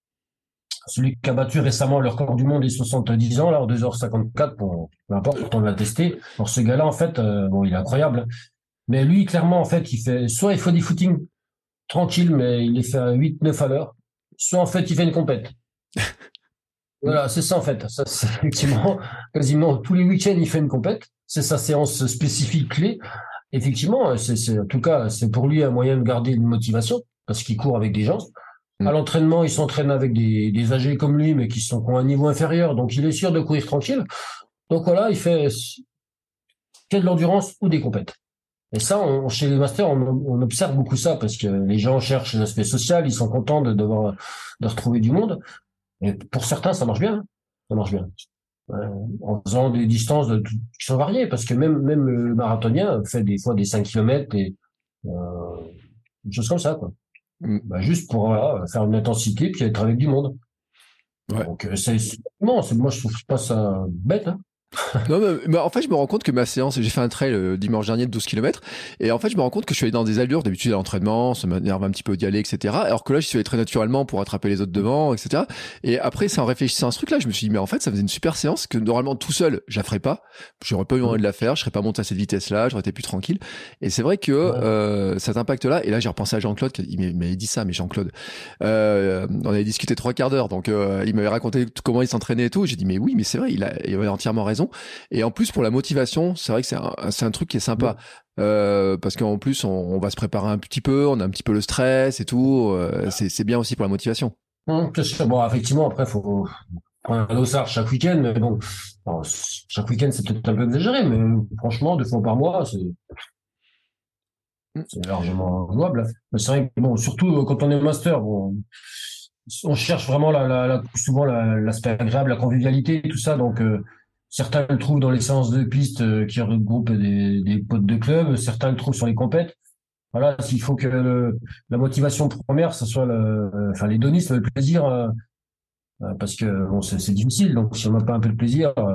celui qui a battu récemment le record du monde des soixante-dix ans, là, en deux heures cinquante-quatre, pour, peu importe, on l'a testé. Alors, ce gars-là, en fait, euh, bon, il est incroyable. Mais lui, clairement, en fait, il fait, soit il fait des footings tranquilles, mais il les fait à huit, neuf à l'heure, soit, en fait, il fait une compète. Voilà, c'est ça, en fait. Ça, c'est effectivement, quasiment tous les week-ends, il fait une compète. C'est sa séance spécifique clé. Effectivement, c'est, c'est, en tout cas, c'est pour lui un moyen de garder une motivation, parce qu'il court avec des gens. À l'entraînement, il s'entraîne avec des, des âgés comme lui, mais qui sont qui ont un niveau inférieur, donc il est sûr de courir tranquille. Donc voilà, il fait quelle de l'endurance ou des compètes. Et ça, on, chez les masters, on, on observe beaucoup ça, parce que les gens cherchent l'aspect social, ils sont contents de devoir de retrouver du monde. Et pour certains, ça marche bien. Hein. Ça marche bien. Euh, en faisant des distances de, qui sont variées, parce que même même le marathonien fait des fois des cinq kilomètres et euh, des choses comme ça, quoi. Bah, juste pour voilà, faire une intensité puis être avec du monde. Ouais. Donc c'est, c'est non, c'est moi je trouve pas ça bête. Hein. Non, mais, mais en fait, je me rends compte que ma séance, j'ai fait un trail le dimanche dernier de douze kilomètres, et en fait, je me rends compte que je suis allé dans des allures, d'habitude à l'entraînement, ça m'énerve un petit peu d'y aller, et cetera. Alors que là, je suis allé très naturellement pour attraper les autres devant, et cetera. Et après, c'est en réfléchissant à ce truc-là, je me suis dit, mais en fait, ça faisait une super séance que normalement, tout seul, je la ferais pas. J'aurais pas eu envie de la faire, je serais pas monté à cette vitesse-là, j'aurais été plus tranquille. Et c'est vrai que, ouais. euh, cet impact-là, et là, j'ai repensé à Jean-Claude, il m'avait dit ça, mais Jean-Claude, euh, on avait discuté trois quarts d'heure, donc, euh, il m'avait raconté comment il s'entraînait et tout. J'ai dit, mais oui, mais c'est vrai, il, a, il avait entièrement raison. Et en plus, pour la motivation, c'est vrai que c'est un, c'est un truc qui est sympa. Euh, parce qu'en plus, on, on va se préparer un petit peu, on a un petit peu le stress et tout. Euh, c'est, c'est bien aussi pour la motivation. Bon, effectivement, après, faut, un dossard chaque week-end, mais bon, alors, chaque week-end c'est peut-être un peu exagéré, mais franchement, deux fois par mois, c'est, c'est largement jouable. Mais c'est vrai que bon, surtout quand on est master, bon, on cherche vraiment la, la, la souvent la, l'aspect agréable, la convivialité, tout ça. Donc euh, certains le trouvent dans les séances de piste euh, qui regroupent des, des potes de club, certains le trouvent sur les compètes. Voilà, s'il faut que le, la motivation première, ce soit le, enfin l'hédonisme, le plaisir, euh, euh, parce que bon, c'est, c'est difficile. Donc si on n'a pas un peu de plaisir, euh,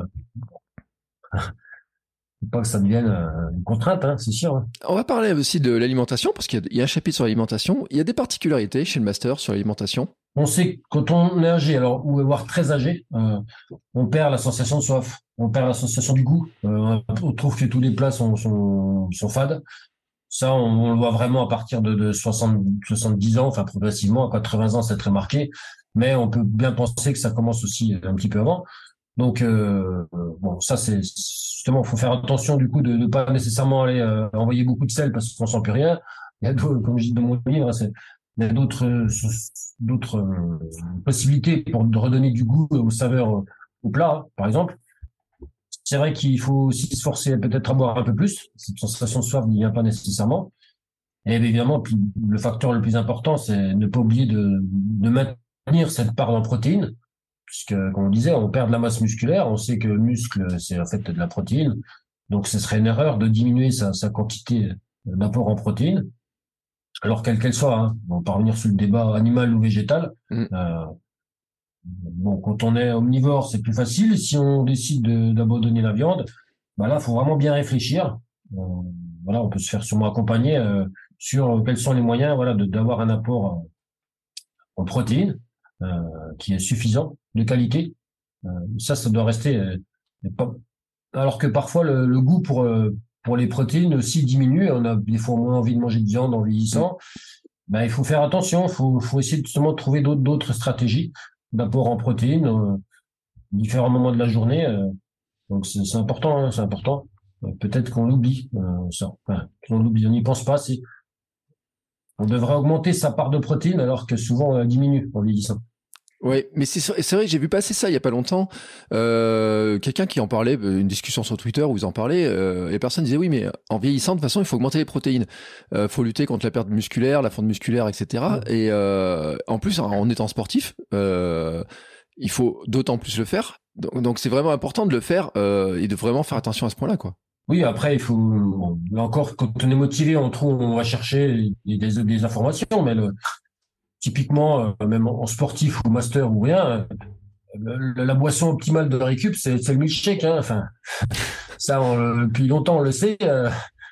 faut pas que ça devienne euh, une contrainte, hein, c'est sûr. Hein. On va parler aussi de l'alimentation, parce qu'il y a, il y a un chapitre sur l'alimentation. Il y a des particularités chez le master sur l'alimentation. On sait que quand on est âgé, alors ou voire très âgé, euh, on perd la sensation de soif, on perd la sensation du goût. Euh, on trouve que tous les plats sont, sont, sont fades. Ça, on, on le voit vraiment à partir de, de soixante, soixante-dix ans, enfin progressivement, à quatre-vingts ans, c'est très marqué. Mais on peut bien penser que ça commence aussi un petit peu avant. Donc, euh, bon, ça, c'est justement, il faut faire attention du coup de ne pas nécessairement aller euh, envoyer beaucoup de sel parce qu'on sent plus rien. Il y a d'autres, comme je dis dans mon livre, c'est, il y a d'autres, d'autres euh, possibilités pour redonner du goût aux saveurs au plat, hein, par exemple. C'est vrai qu'il faut aussi se forcer peut-être à boire un peu plus. Cette sensation de soif n'y vient pas nécessairement. Et évidemment, puis, le facteur le plus important, c'est ne pas oublier de, de maintenir cette part en protéines. Puisque, comme on disait, on perd de la masse musculaire. On sait que le muscle, c'est en fait de la protéine. Donc, ce serait une erreur de diminuer sa, sa quantité d'apport en protéines. Alors, quelle qu'elle soit, hein. On va revenir sur le débat animal ou végétal. Mmh. Euh, Bon, quand on est omnivore, c'est plus facile. Si on décide de, d'abandonner la viande, bah là, faut vraiment bien réfléchir. Euh, voilà, on peut se faire sûrement accompagner euh, sur quels sont les moyens, voilà, de, d'avoir un apport en protéines euh, qui est suffisant, de qualité. Euh, ça, ça doit rester. Euh, pas... Alors que parfois le, le goût pour euh, pour les protéines aussi diminue. On a des fois moins envie de manger de viande en vieillissant. Ben, il faut faire attention. Il faut, faut essayer justement de trouver d'autres d'autres stratégies d'apport en protéines, euh, différents moments de la journée. Euh, donc c'est, c'est important, hein, c'est important. Euh, peut-être qu'on l'oublie, euh, ça. Enfin, on l'oublie, on n'y pense pas. C'est... On devrait augmenter sa part de protéines alors que souvent on la diminue en vieillissant. Ouais, mais c'est, c'est vrai, j'ai vu passer ça il y a pas longtemps. Euh, quelqu'un qui en parlait, une discussion sur Twitter où ils en parlaient, euh, et personne disait oui, mais en vieillissant, de toute façon, il faut augmenter les protéines. Euh, faut lutter contre la perte musculaire, la fonte musculaire, et cetera. Ouais. Et euh, en plus, en étant sportif, euh, il faut d'autant plus le faire. Donc, donc c'est vraiment important de le faire euh, et de vraiment faire attention à ce point-là, quoi. Oui, après, il faut, bon, là encore, quand on est motivé, on trouve, on va chercher des, des, des informations, mais le, typiquement, euh, même en sportif ou master ou rien, le, la boisson optimale de récup, c'est, c'est le milkshake. Hein. Enfin, ça, on, depuis longtemps, on le sait. Euh,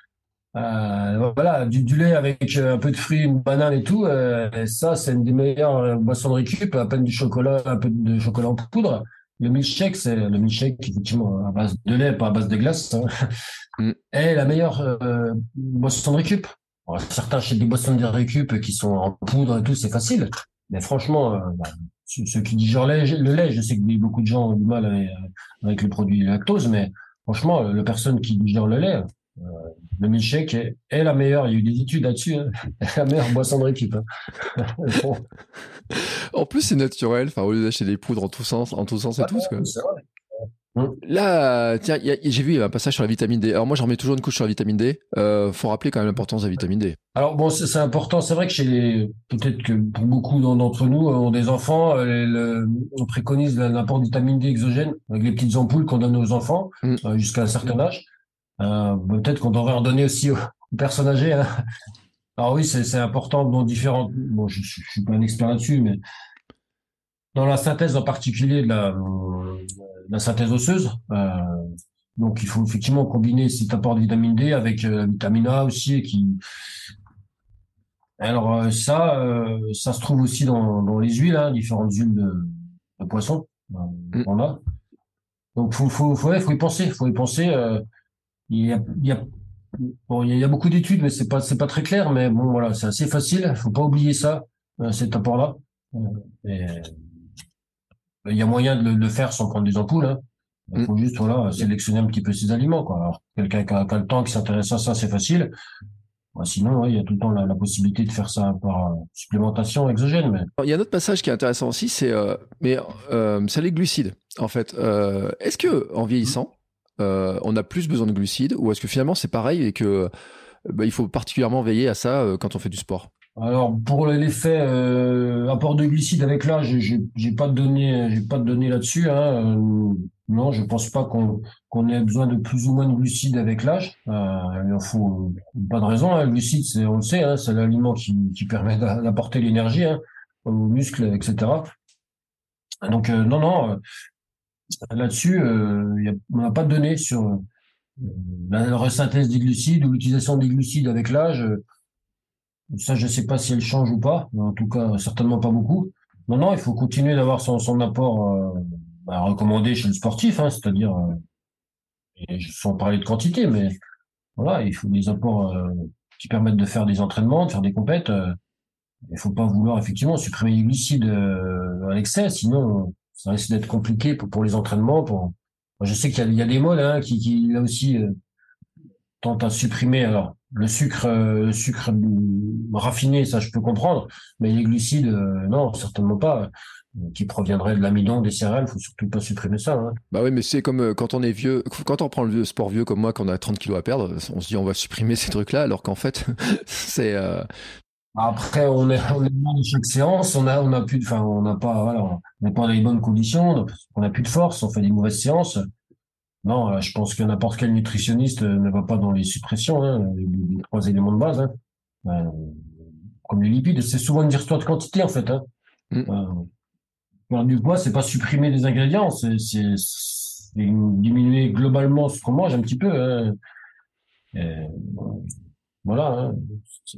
euh, voilà, du, du lait avec un peu de fruits, une banane et tout. Euh, ça, c'est une des meilleures boissons de récup. À peine du chocolat, un peu de chocolat en poudre. Le milkshake, c'est le milkshake effectivement à base de lait, pas à base de glace. Hein, mm. est la meilleure euh, boisson de récup. Alors, certains achètent des boissons de récup qui sont en poudre et tout, c'est facile. Mais franchement, euh, bah, ceux qui digèrent le lait, le lait, je sais que beaucoup de gens ont du mal avec, avec les produits lactose, mais franchement, la personne qui digère le lait, euh, le milkshake est, est la meilleure. Il y a eu des études là-dessus, hein, la meilleure boisson de récup. Hein. Bon. En plus, c'est naturel. Enfin, au lieu d'acheter des poudres en tous sens, en tous sens et ah, tous, quoi. C'est vrai. Là, tiens, y a, j'ai vu il y a un passage sur la vitamine D. Alors moi, j'en mets toujours une couche sur la vitamine D. Euh, faut rappeler quand même l'importance de la vitamine D. Alors bon, c'est, c'est important. C'est vrai que chez les, peut-être que pour beaucoup d'entre nous ont des enfants, le, le, on préconise l'apport de vitamine D exogène avec les petites ampoules qu'on donne aux enfants mm. euh, jusqu'à un certain âge. Euh, peut-être qu'on devrait en donner aussi aux, aux personnes âgées. Hein. Alors oui, c'est, c'est important dans différentes. Bon, je, je, je suis pas un expert là-dessus, mais dans la synthèse en particulier de la, la synthèse osseuse. Euh, donc il faut effectivement combiner cet apport de vitamine D avec euh, la vitamine A aussi, qui. Alors euh, ça, euh, ça se trouve aussi dans, dans les huiles, hein, différentes huiles de, de poisson. Euh, mm. On a. Donc faut, faut, faut, ouais, faut y penser, faut y penser. Euh, il y a, il y a Bon, il y a beaucoup d'études, mais c'est pas c'est pas très clair. Mais bon, voilà, c'est assez facile. Faut pas oublier ça, euh, cet apport-là. Euh, et il y a moyen de le, de le faire sans prendre des ampoules. Hein. Il faut mmh. juste voilà sélectionner un petit peu ses aliments, quoi. Alors quelqu'un qui a, qui a le temps, qui s'intéresse à ça, c'est facile. Ouais, sinon, ouais, il y a tout le temps la, la possibilité de faire ça par euh, supplémentation exogène. Mais Il y a un autre passage qui est intéressant aussi, c'est euh, mais euh, c'est les glucides. En fait, euh, est-ce que en vieillissant, euh, on a plus besoin de glucides ou est-ce que finalement c'est pareil et que euh, bah, il faut particulièrement veiller à ça euh, quand on fait du sport? alors pour l'effet euh, apport de glucides avec l'âge, j'ai j'ai pas de données, j'ai pas de données là-dessus. Hein. Euh, non, je pense pas qu'on qu'on ait besoin de plus ou moins de glucides avec l'âge. Euh, il en faut pas de raison. Hein. Le glucide, c'est on le sait, hein, c'est l'aliment qui qui permet d'a- d'apporter l'énergie hein, aux muscles, et cetera. Donc euh, non, non, euh, là-dessus, euh, y a, on n'a pas de données sur euh, la resynthèse des glucides ou l'utilisation des glucides avec l'âge. Ça, je sais pas si elle change ou pas, mais en tout cas, certainement pas beaucoup. Non, non, il faut continuer d'avoir son, son apport euh, bah, recommandé chez le sportif, hein, c'est-à-dire, euh, et sans parler de quantité, mais voilà, il faut des apports euh, qui permettent de faire des entraînements, de faire des compètes. Euh, il faut pas vouloir effectivement supprimer les glucides euh, à l'excès, sinon euh, ça risque d'être compliqué pour, pour les entraînements. Pour... Moi, je sais qu'il y a, il y a des modes hein, qui, qui là aussi euh, tente à supprimer alors le sucre euh, le sucre euh, raffiné, ça je peux comprendre, mais les glucides euh, non, certainement pas, euh, qui proviendraient de l'amidon des céréales, faut surtout pas supprimer ça hein. Bah oui, mais c'est comme euh, quand on est vieux, quand on prend le vieux sport vieux comme moi, quand on a trente kilos à perdre, on se dit on va supprimer ces trucs-là, alors qu'en fait, c'est euh, Après on est on est mal à chaque séance, on a on a plus de enfin on n'a pas voilà, on n'est pas dans les bonnes conditions, donc on a plus de force, on fait des mauvaises séances. Non, euh, je pense que n'importe quel nutritionniste euh, ne va pas dans les suppressions, hein, les, les trois éléments de base, hein. Euh, comme les lipides, c'est souvent une histoire de quantité en fait, hein. hmm. Euh, Perdre du poids, c'est pas supprimer des ingrédients, c'est c'est c'est diminuer globalement ce qu'on mange un petit peu. Hein. Et, voilà. Hein. C'est-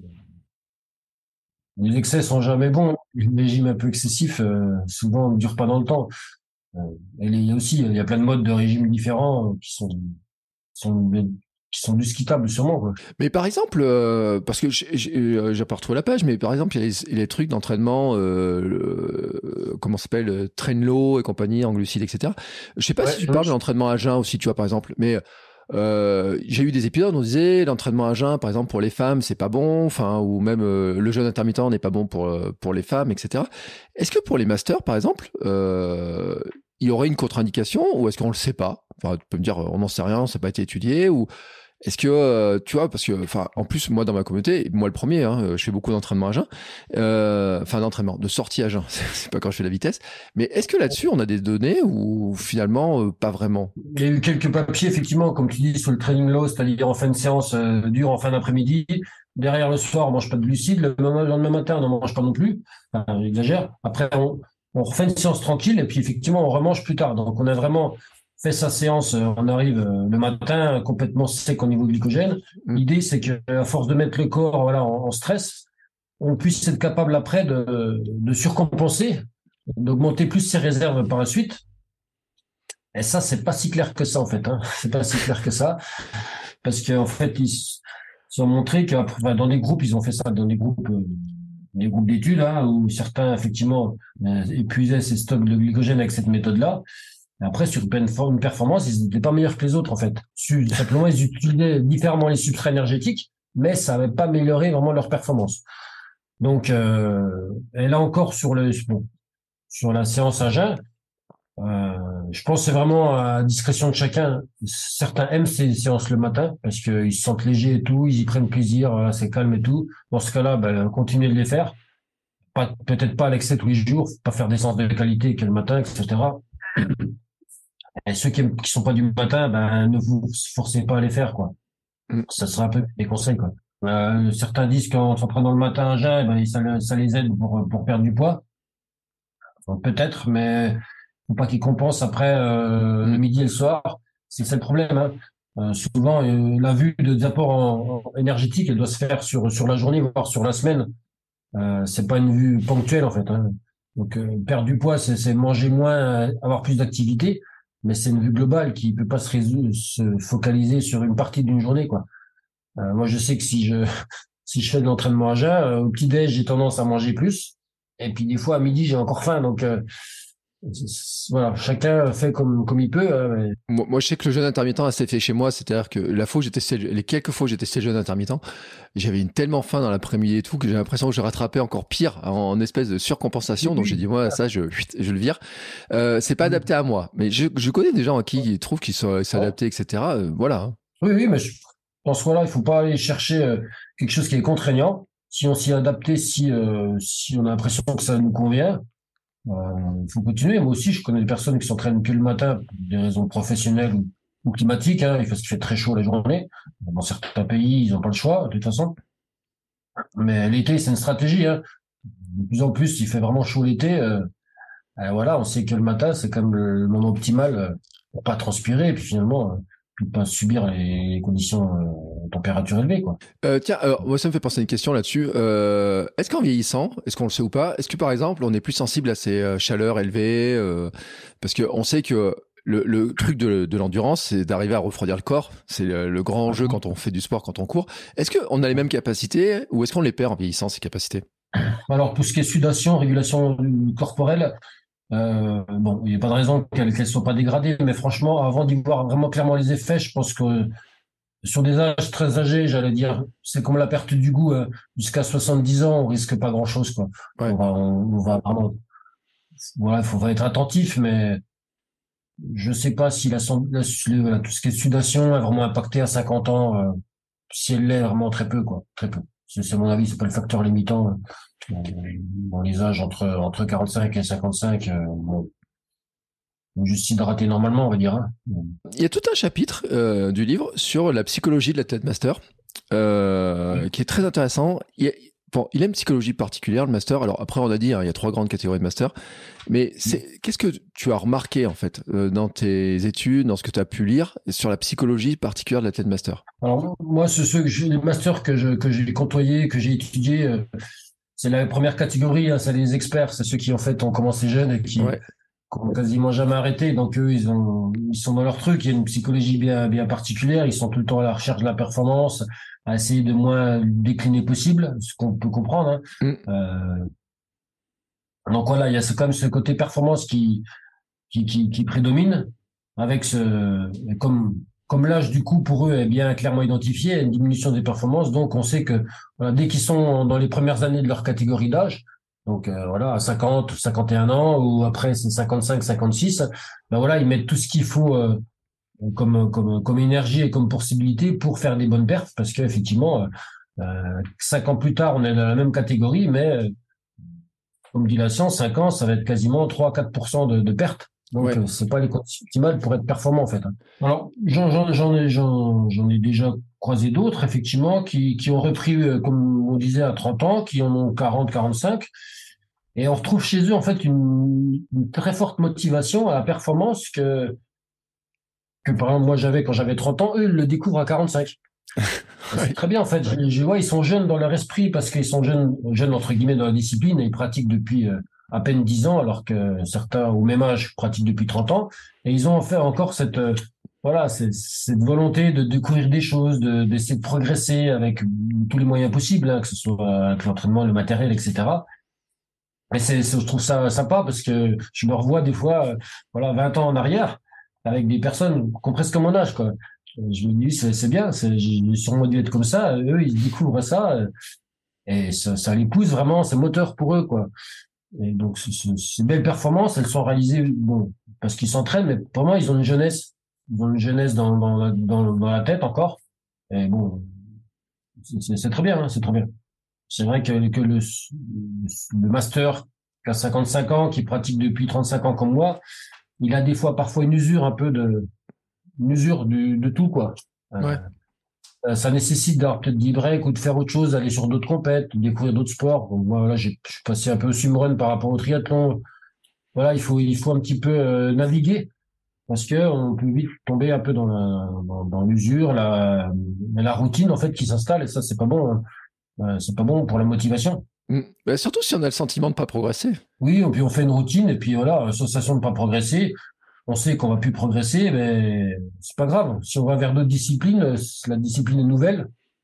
Les excès sont jamais bons. Le régime un peu excessif, euh, souvent, ne dure pas dans le temps. Euh, et il y a aussi, il y a plein de modes de régime différents euh, qui sont sont qui sont discutables sûrement, quoi. Mais par exemple, euh, parce que j'ai j'ai- euh, j'ai pas retrouvé la page, mais par exemple, il y a les, il y a les trucs d'entraînement, euh, le- comment ça s'appelle, euh, train low et compagnie, en glucides, et cetera. Je sais pas si Ouais. tu parles de l'entraînement à jeun aussi, tu vois, par exemple, mais euh, j'ai eu des épisodes où on disait l'entraînement à jeun, par exemple, pour les femmes, c'est pas bon, enfin, ou même euh, le jeûne intermittent n'est pas bon pour, euh, pour les femmes, et cetera. Est-ce que pour les masters, par exemple, euh, il y aurait une contre-indication ou est-ce qu'on le sait pas? Enfin, tu peux me dire, on n'en sait rien, ça n'a pas été étudié, ou est-ce que, euh, tu vois, parce que, enfin, en plus, moi, dans ma communauté, moi le premier, hein, je fais beaucoup d'entraînement à jeun, euh, enfin, d'entraînement, de sortie à jeun, c'est pas quand je fais la vitesse, mais est-ce que là-dessus, on a des données ou finalement, euh, pas vraiment? Il y a eu quelques papiers, effectivement, comme tu dis, sur le training low, c'est-à-dire en fin de séance euh, dure, en fin d'après-midi. Derrière le soir, on mange pas de glucides. Le lendemain le lendemain matin, on n'en mange pas non plus. Enfin, j'exagère. Après, on, on refait une séance tranquille et puis effectivement, on remange plus tard. Donc, on a vraiment fait sa séance. euh, On arrive euh, le matin complètement sec au niveau glycogène. Mm. L'idée, c'est que à force de mettre le corps, voilà, en, en stress, on puisse être capable après de, de surcompenser, d'augmenter plus ses réserves par la suite. Et ça, c'est pas si clair que ça, en fait, hein. C'est pas si clair que ça. Parce qu'en fait, ils ils ont montré que, enfin, dans des groupes, ils ont fait ça dans des groupes, euh, des groupes d'études, hein, où certains, effectivement, euh, épuisaient ces stocks de glycogène avec cette méthode-là. Et après, sur une for- une performance, ils n'étaient pas meilleurs que les autres, en fait. Su- Simplement, ils utilisaient différemment les substrats énergétiques, mais ça n'avait pas amélioré vraiment leur performance. Donc, euh, et là encore, sur le, bon, sur la séance à jeun, euh, je pense que c'est vraiment à discrétion de chacun. Certains aiment ces séances le matin parce qu'ils se sentent légers et tout, ils y prennent plaisir, voilà, c'est calme et tout. Dans ce cas-là, ben, continuez de les faire. Pas, peut-être pas à l'excès tous les jours, pas faire des séances de qualité que le matin, et cetera. Et ceux qui, aiment, qui sont pas du matin, ben, ne vous forcez pas à les faire, quoi. Mm. Ça serait un peu des conseils, quoi. Euh, certains disent qu'en s'entraînant le matin à jeun, ben, ça, ça les aide pour, pour perdre du poids. Enfin, peut-être, mais faut pas qu'ils compensent après euh, le midi et le soir. C'est ça le problème. Hein. Euh, souvent, euh, la vue de, des apports en, en énergétiques, elle doit se faire sur sur la journée, voire sur la semaine. Euh, c'est pas une vue ponctuelle en fait. Hein. Donc euh, perdre du poids, c'est, c'est manger moins, euh, avoir plus d'activité, mais c'est une vue globale qui peut pas se résoudre, se focaliser sur une partie d'une journée quoi. Euh, moi, je sais que si je si je fais de l'entraînement à jeun, euh, au petit déj, j'ai tendance à manger plus, et puis des fois à midi, j'ai encore faim, donc euh, c'est- c'est- voilà, chacun fait comme comme il peut. Hein, mais... Moi, moi, je sais que le jeûne intermittent a assez fait chez moi, c'est-à-dire que la fois où j'ai testé, les quelques fois où j'ai testé le jeûne intermittent, j'avais une tellement faim dans l'après-midi et tout que j'ai l'impression que je rattrapais encore pire en, en espèce de surcompensation. Donc j'ai dit moi ça je je le vire. Euh, c'est pas adapté à moi, mais je, je connais des gens qui trouvent qu'ils sont s'adapter et cetera. Euh, voilà. Hein. Oui, oui, mais je pense voilà, il faut pas aller chercher euh, quelque chose qui est contraignant. Si on s'y est adapté, si euh, si on a l'impression que ça nous convient, euh, il faut continuer. Moi aussi, je connais des personnes qui s'entraînent que le matin pour des raisons professionnelles ou, ou climatiques, hein, parce qu'il fait très chaud la journée. Dans certains pays, ils n'ont pas le choix, de toute façon. Mais l'été, c'est une stratégie. Hein. De plus en plus, il fait vraiment chaud l'été. Euh, euh, voilà, on sait que le matin, c'est quand même le, le moment optimal euh, pour pas transpirer et puis finalement, euh, puis pas subir les, les conditions euh, température élevée, quoi. Euh, tiens, alors, moi ça me fait penser à une question là-dessus. Euh, est-ce qu'en vieillissant, est-ce qu'on le sait ou pas, est-ce que par exemple on est plus sensible à ces euh, chaleurs élevées euh, parce que on sait que le, le truc de, de l'endurance, c'est d'arriver à refroidir le corps. C'est le, le grand enjeu quand on fait du sport, quand on court. Est-ce qu'on a les mêmes capacités ou est-ce qu'on les perd en vieillissant, ces capacités? Alors, pour ce qui est sudation, régulation corporelle, euh, bon, il n'y a pas de raison qu'elles ne soient pas dégradées, mais franchement, avant d'y voir vraiment clairement les effets, je pense que sur des âges très âgés, j'allais dire, c'est comme la perte du goût, euh, jusqu'à soixante-dix ans, on risque pas grand-chose, quoi. Ouais. On va, on, on va vraiment, voilà, il faut être attentif, mais je sais pas si la, la, la- voilà, tout ce qui est sudation est vraiment impacté à cinquante ans, euh, si elle l'est vraiment très peu, quoi, très peu. C'est c'est mon avis, c'est pas le facteur limitant. euh, Dans les âges entre entre quarante-cinq et cinquante-cinq, euh, bon, juste s'hydrater normalement, on va dire. Hein. Il y a tout un chapitre euh, du livre sur la psychologie de l'athlète master euh, qui est très intéressant. Il, y a, bon, il a une psychologie particulière, le master. Alors après, on a dit, hein, il y a trois grandes catégories de master. Mais c'est, qu'est-ce que tu as remarqué en fait euh, dans tes études, dans ce que tu as pu lire sur la psychologie particulière de l'athlète master? Alors moi, c'est ceux que j'ai, les masters que je que j'ai côtoyés, que j'ai étudiés, euh, c'est la première catégorie, hein, c'est les experts, c'est ceux qui en fait ont commencé jeunes et qui Ouais. qui ont quasiment jamais arrêté. Donc eux, ils ont, ils sont dans leur truc. Il y a une psychologie bien, bien particulière. Ils sont tout le temps à la recherche de la performance, à essayer de moins décliner possible, ce qu'on peut comprendre. Hein. Mm. Euh, donc voilà, il y a ce- quand même ce côté performance qui, qui, qui, qui prédomine, avec ce, comme, comme l'âge du coup pour eux est bien clairement identifié, une diminution des performances. Donc on sait que voilà, dès qu'ils sont dans les premières années de leur catégorie d'âge, donc euh, voilà, à cinquante, cinquante et un ans, ou après c'est cinquante-cinq, cinquante-six, ben voilà, ils mettent tout ce qu'il faut euh, comme, comme, comme énergie et comme possibilité pour faire des bonnes perfs, parce qu'effectivement, euh, cinq ans plus tard, on est dans la même catégorie, mais euh, comme dit la science, cinq ans, ça va être quasiment trois à quatre pour cent de, de pertes. Donc, Ouais. euh, c'est pas les conditions optimales pour être performant, en fait. Hein. Alors, j'en, j'en, j'en ai, j'en, j'en ai déjà croisé d'autres, effectivement, qui, qui ont repris, euh, comme on disait, à trente ans, qui en ont quarante, quarante-cinq. Et on retrouve chez eux, en fait, une, une très forte motivation à la performance que, que, par exemple, moi, j'avais quand j'avais trente ans. Eux, ils le découvrent à quarante-cinq. C'est très bien, en fait. Je, je vois, ils sont jeunes dans leur esprit parce qu'ils sont jeunes, jeunes, entre guillemets, dans la discipline et ils pratiquent depuis euh, à peine dix ans, alors que certains, au même âge, pratiquent depuis trente ans. Et ils ont en fait encore cette, euh, voilà, cette, cette volonté de découvrir des choses, de, d'essayer de progresser avec tous les moyens possibles, hein, que ce soit avec l'entraînement, le matériel, et cetera. Mais c'est, c'est, je trouve ça sympa parce que je me revois des fois, euh, voilà, vingt ans en arrière, avec des personnes qui ont presque mon âge, quoi. Je me dis, c'est, c'est bien, c'est, j'ai sûrement dû être comme ça. Eux, ils découvrent ça euh, et ça, ça les pousse vraiment, c'est moteur pour eux, quoi. Et donc, ce- ce- ces belles performances, elles sont réalisées, bon, parce qu'ils s'entraînent, mais vraiment, ils ont une jeunesse, ils ont une jeunesse dans, dans, la- dans, dans la tête encore. Et bon, c'est c'est- c'est très bien, hein, c'est très bien. C'est vrai que, que le, le master qui a cinquante-cinq ans, qui pratique depuis trente-cinq ans comme moi, il a des fois parfois une usure un peu de, une usure de, de tout, quoi. Euh, Ouais. euh, ça nécessite d'avoir peut-être des breaks ou de faire autre chose, d'aller sur d'autres compètes, découvrir d'autres sports. Donc, moi, voilà, j'ai, je suis passé un peu au swimrun par rapport au triathlon. Voilà, il faut, il faut un petit peu euh, naviguer parce que on peut vite tomber un peu dans la, dans, dans l'usure, la, la routine en fait qui s'installe et ça c'est pas bon. Hein. Euh, c'est pas bon pour la motivation. Mm. Bah, surtout si on a le sentiment de pas progresser. Oui, et puis on fait une routine et puis voilà, sensation de pas progresser. On sait qu'on va plus progresser, mais c'est pas grave. Si on va vers d'autres disciplines, la discipline est nouvelle.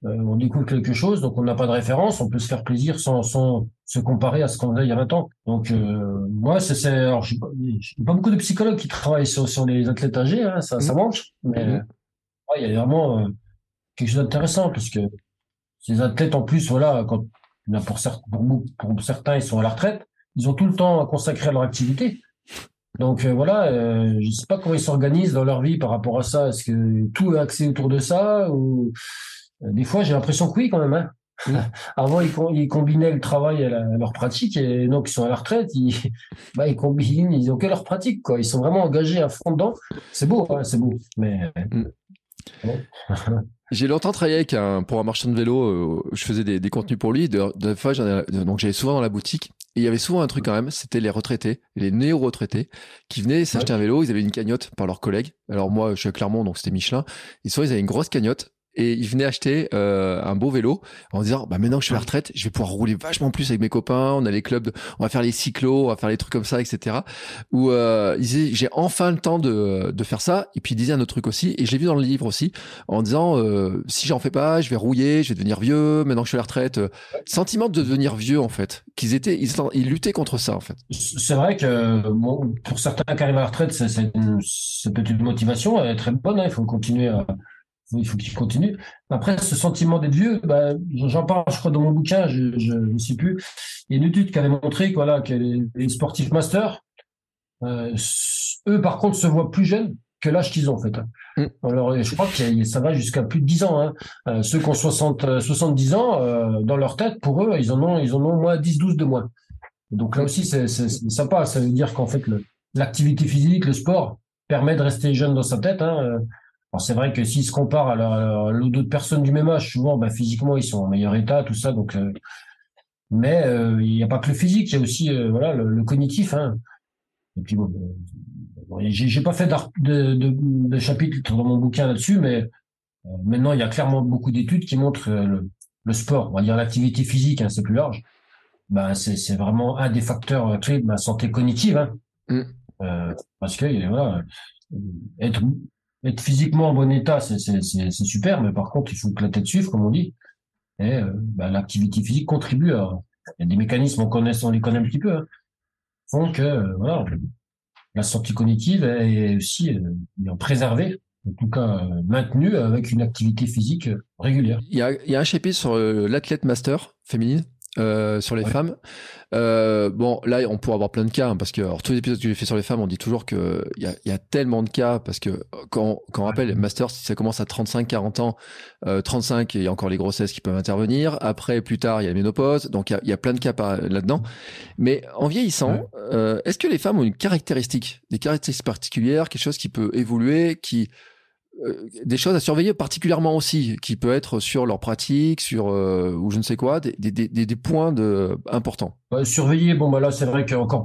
euh, on découvre quelque chose, donc on n'a pas de référence, on peut se faire plaisir sans, sans se comparer à ce qu'on a il y a vingt ans. Donc, euh, moi, c'est, c'est, alors, j'ai pas, j'ai pas beaucoup de psychologues qui travaillent sur, sur les athlètes âgés, hein, ça, ça Mmh. manque, mais Mmh. euh, ouais, il y a vraiment euh, quelque chose d'intéressant, parce que ces athlètes, en plus, voilà, quand, pour, certains, pour, beaucoup- pour certains, ils sont à la retraite, ils ont tout le temps à consacrer à leur activité. Donc euh, voilà, euh, je sais pas comment ils s'organisent dans leur vie par rapport à ça. Est-ce que tout est axé autour de ça ou euh, des fois j'ai l'impression que oui quand même. Hein. Mmh. Avant ils, com- ils combinaient le travail à, la- à leur pratique et donc ils sont à la retraite, ils, bah, ils combinent, ils ont que leur pratique quoi. Ils sont vraiment engagés à fond dedans. C'est beau, hein, c'est beau. Mais Mmh. bon. J'ai longtemps travaillé avec un, pour un marchand de vélo, euh, je faisais des, des contenus pour lui, de, de fois, j'en ai, donc j'allais souvent dans la boutique, et il y avait souvent un truc quand même, c'était les retraités, les néo-retraités, qui venaient s'acheter Ouais. un vélo, ils avaient une cagnotte par leurs collègues, alors moi, je suis à Clermont, donc c'était Michelin, et souvent ils avaient une grosse cagnotte, et ils venaient acheter euh, un beau vélo en disant bah maintenant que je suis à la retraite je vais pouvoir rouler vachement plus avec mes copains, on a les clubs de- on va faire les cyclos, on va faire les trucs comme ça, etc. Où euh, ils disaient j'ai enfin le temps de, de faire ça, et puis ils disaient un autre truc aussi, et je l'ai vu dans le livre aussi en disant euh, si j'en fais pas je vais rouiller, je vais devenir vieux maintenant que je suis à la retraite, euh, sentiment de devenir vieux en fait, qu'ils étaient ils, étaient- ils luttaient contre ça en fait. C'est vrai que bon, pour certains qui arrivent à la retraite, c'est, c'est, une- c'est peut-être une motivation, elle est très bonne, hein, il faut continuer à, il faut qu'ils continuent. Après, ce sentiment d'être vieux, bah, j'en parle, je crois, dans mon bouquin, je, je ne sais plus. Il y a une étude qui avait montré que, voilà, que les, les sportifs masters, euh, eux, par contre, se voient plus jeunes que l'âge qu'ils ont, en fait. Mm. Alors, je crois que ça va jusqu'à plus de dix ans. Hein. Euh, ceux qui ont soixante, soixante-dix ans, euh, dans leur tête, pour eux, ils en ont, ils en ont au moins dix, douze de moins. Donc là aussi, c'est, c'est, c'est sympa. Ça veut dire qu'en fait, le, l'activité physique, le sport, permet de rester jeune dans sa tête. Hein. Alors c'est vrai que s'ils se comparent à, la, à d'autres personnes du même âge, souvent, bah, physiquement, ils sont en meilleur état, tout ça. Donc, euh, mais euh, il n'y a pas que le physique, il y a aussi euh, voilà le, le cognitif. Hein. Et puis bon, euh, j'ai, j'ai pas fait de, de, de chapitre dans mon bouquin là-dessus, mais euh, maintenant, il y a clairement beaucoup d'études qui montrent euh, le, le sport, on va dire l'activité physique, hein, c'est plus large. Bah, c'est, c'est vraiment un des facteurs clés de la santé cognitive. Hein. Mm. Euh, parce que voilà, être, être physiquement en bon état, c'est, c'est, c'est, c'est super, mais par contre, il faut que la tête suive, comme on dit. Et euh, bah, l'activité physique contribue à... Il y a des mécanismes, on connaît, on les connaît un petit peu, hein, font que euh, voilà, la santé cognitive est aussi euh, préservée, en tout cas euh, maintenue avec une activité physique euh, régulière. Il y a, il y a un chapitre sur euh, l'athlète master féminine, euh, sur les Ouais. femmes. Euh, bon, là, on pourrait avoir plein de cas, hein, parce que alors, tous les épisodes que j'ai fait sur les femmes, on dit toujours que il y a, il y a tellement de cas, parce que quand, quand on rappelle, master, si ça commence à trente-cinq, quarante ans, euh, trente-cinq, il y a encore les grossesses qui peuvent intervenir. Après, plus tard, il y a la ménopause. Donc, il y a, il y a plein de cas par, là-dedans. Mais en vieillissant, Ouais. euh, est-ce que les femmes ont une caractéristique, des caractéristiques particulières, quelque chose qui peut évoluer, qui euh, des choses à surveiller particulièrement aussi, qui peut être sur leur pratique, sur euh, ou je ne sais quoi, des, des, des, des points de, importants. Ouais, surveiller, bon bah là c'est vrai qu'encore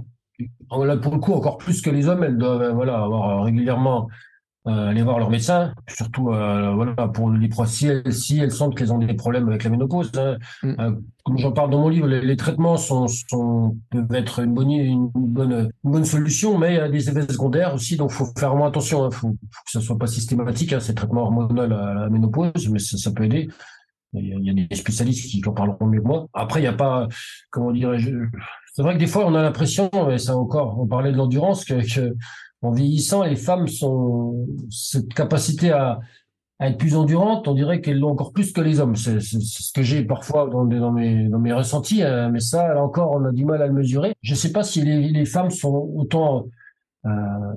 là pour le coup encore plus que les hommes, elles doivent euh, voilà avoir euh, régulièrement euh, aller voir leur médecin, surtout euh, voilà pour les pro- si elles, si elles sentent qu'elles ont des problèmes avec la ménopause. Hein. Mm. Euh, comme j'en parle dans mon livre, les, les traitements sont, sont peuvent être une bonne une bonne une bonne solution, mais il y a des effets secondaires aussi, donc faut faire vraiment attention. Hein. Faut, faut que ça soit pas systématique, hein, ces traitements hormonaux à la ménopause, mais ça, ça peut aider. Il y, a, il y a des spécialistes qui en parleront mieux que moi. Après, il n'y a pas, comment dirais-je, c'est vrai que des fois, on a l'impression, mais ça encore, on parlait de l'endurance, que, que en vieillissant, les femmes sont, cette capacité à, à être plus endurantes, on dirait qu'elles l'ont encore plus que les hommes. C'est, c'est, c'est ce que j'ai parfois dans, des- dans mes, dans mes ressentis, hein, mais ça, là encore, on a du mal à le mesurer. Je ne sais pas si les, les femmes sont autant, euh,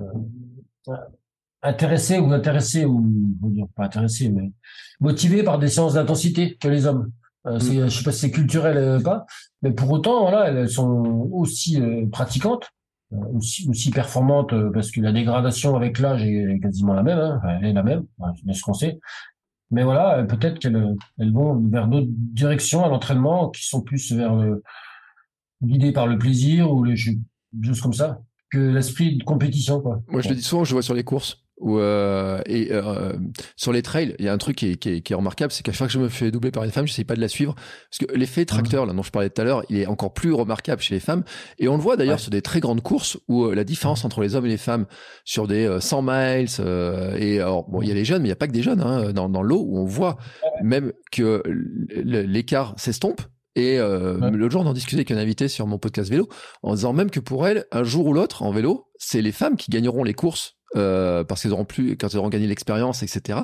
intéressés ou intéressés ou on va dire pas intéressés mais motivés par des séances d'intensité que les hommes. Euh, c'est, Mm. je sais pas si c'est culturel ou pas, mais pour autant voilà elles sont aussi euh, pratiquantes, euh, aussi aussi performantes euh, parce que la dégradation avec l'âge est quasiment la même, hein, elle est la même, ouais, c'est ce qu'on sait. Mais voilà, euh, peut-être qu'elles elles vont vers d'autres directions à l'entraînement qui sont plus vers le guidées par le plaisir ou les choses comme ça que l'esprit de compétition quoi. Moi, je Bon. le dis souvent, je le vois sur les courses. Où, euh, et euh, sur les trails, il y a un truc qui est, qui est, qui est remarquable, c'est qu'à chaque fois que je me fais doubler par une femme, j'essaie pas de la suivre, parce que l'effet tracteur, là dont je parlais tout à l'heure, il est encore plus remarquable chez les femmes. Et on le voit d'ailleurs ouais. sur des très grandes courses où euh, la différence entre les hommes et les femmes sur des euh, cent miles euh, et alors bon, il y a les jeunes, mais il y a pas que des jeunes hein, dans dans l'eau où on voit même que l'écart s'estompe. Et euh, ouais. l'autre jour, on en discutait avec un invité sur mon podcast vélo, en disant même que pour elle, un jour ou l'autre, en vélo, c'est les femmes qui gagneront les courses euh, parce qu'elles auront plus, quand elles auront gagné l'expérience, et cetera.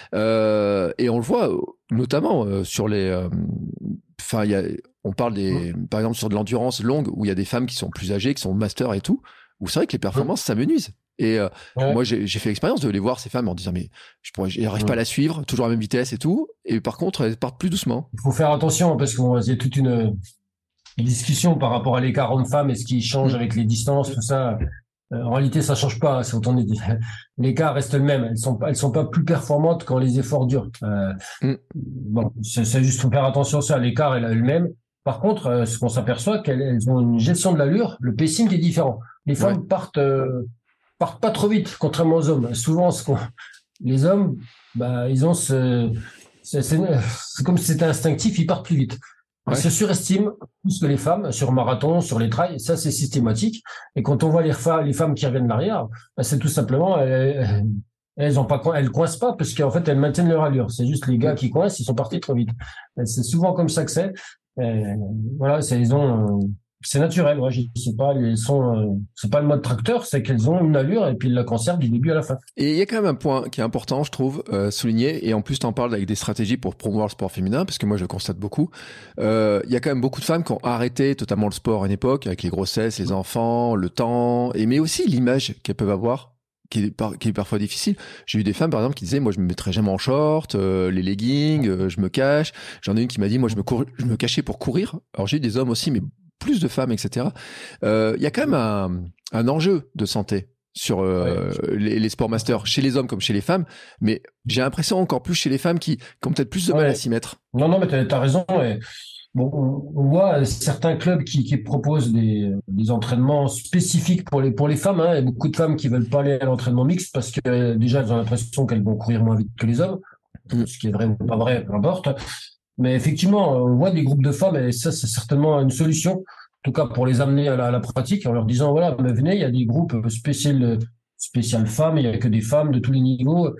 Euh, et on le voit notamment euh, sur les, enfin, euh, il y a, on parle des, ouais. par exemple sur de l'endurance longue où il y a des femmes qui sont plus âgées, qui sont master et tout, où c'est vrai que les performances ouais. s'amenuisent. Et euh, ouais. moi, j'ai, j'ai fait l'expérience de les voir ces femmes en disant mais je pourrais, j'arrive ouais. pas à la suivre, toujours à la même vitesse et tout. Et par contre, elles partent plus doucement. Il faut faire attention parce qu'il y a toute une, une discussion par rapport à l'écart homme-femme et ce qui change mmh. avec les distances, tout ça. Euh, en réalité, ça change pas. C'est autant dit. L'écart reste le même. Elles sont, elles sont pas plus performantes quand les efforts durent. Euh, mmh. Bon, c'est, c'est juste faut faire attention à ça. L'écart est le même. Par contre, euh, ce qu'on s'aperçoit, qu'elles elles ont une gestion de l'allure. Le pacing est différent. Les femmes ouais. partent. Euh, partent pas trop vite, contrairement aux hommes. Souvent, ce qu'on... les hommes, bah, ils ont ce, c'est, c'est, c'est comme si c'était instinctif, ils partent plus vite. Ils ouais. se surestiment plus que les femmes sur marathon, sur les trails. Ça, c'est systématique. Et quand on voit les, fa- les femmes qui reviennent derrière, bah, c'est tout simplement, elles, elles ont pas, elles coincent pas parce qu'en fait, elles maintiennent leur allure. C'est juste les gars qui coincent, ils sont partis trop vite. Et c'est souvent comme ça que c'est. Et voilà, c'est, ils ont, c'est naturel, ouais, je sais pas, elles sont, euh, c'est pas le mode tracteur, c'est qu'elles ont une allure et puis ils la conservent du début à la fin. Et il y a quand même un point qui est important, je trouve, euh, souligné, et en plus t'en parles avec des stratégies pour promouvoir le sport féminin, parce que moi je le constate beaucoup. Euh, il y a quand même beaucoup de femmes qui ont arrêté totalement le sport à une époque, avec les grossesses, les enfants, le temps, et mais aussi l'image qu'elles peuvent avoir, qui est, par, qui est parfois difficile. J'ai eu des femmes, par exemple, qui disaient, moi je me mettrais jamais en short, euh, les leggings, euh, je me cache. J'en ai une qui m'a dit, moi je me, cour- je me cachais pour courir. Alors j'ai eu des hommes aussi, mais plus de femmes, et cetera. Il euh, y a quand même un, un enjeu de santé sur euh, ouais. les, les sports masters, chez les hommes comme chez les femmes, mais j'ai l'impression encore plus chez les femmes qui, qui ont peut-être plus de mal ouais. à s'y mettre. Non, non, mais t'as, t'as raison. Et bon, on, on voit certains clubs qui, qui proposent des, des entraînements spécifiques pour les, pour les femmes. Hein, et beaucoup de femmes qui veulent pas aller à l'entraînement mixte parce que euh, déjà elles ont l'impression qu'elles vont courir moins vite que les hommes, mmh. ce qui est vrai ou pas vrai, peu importe. Mais effectivement, on voit des groupes de femmes et ça, c'est certainement une solution, en tout cas pour les amener à la, à la pratique, en leur disant, voilà, mais venez, il y a des groupes spécial, spécial femmes, il y a que des femmes de tous les niveaux.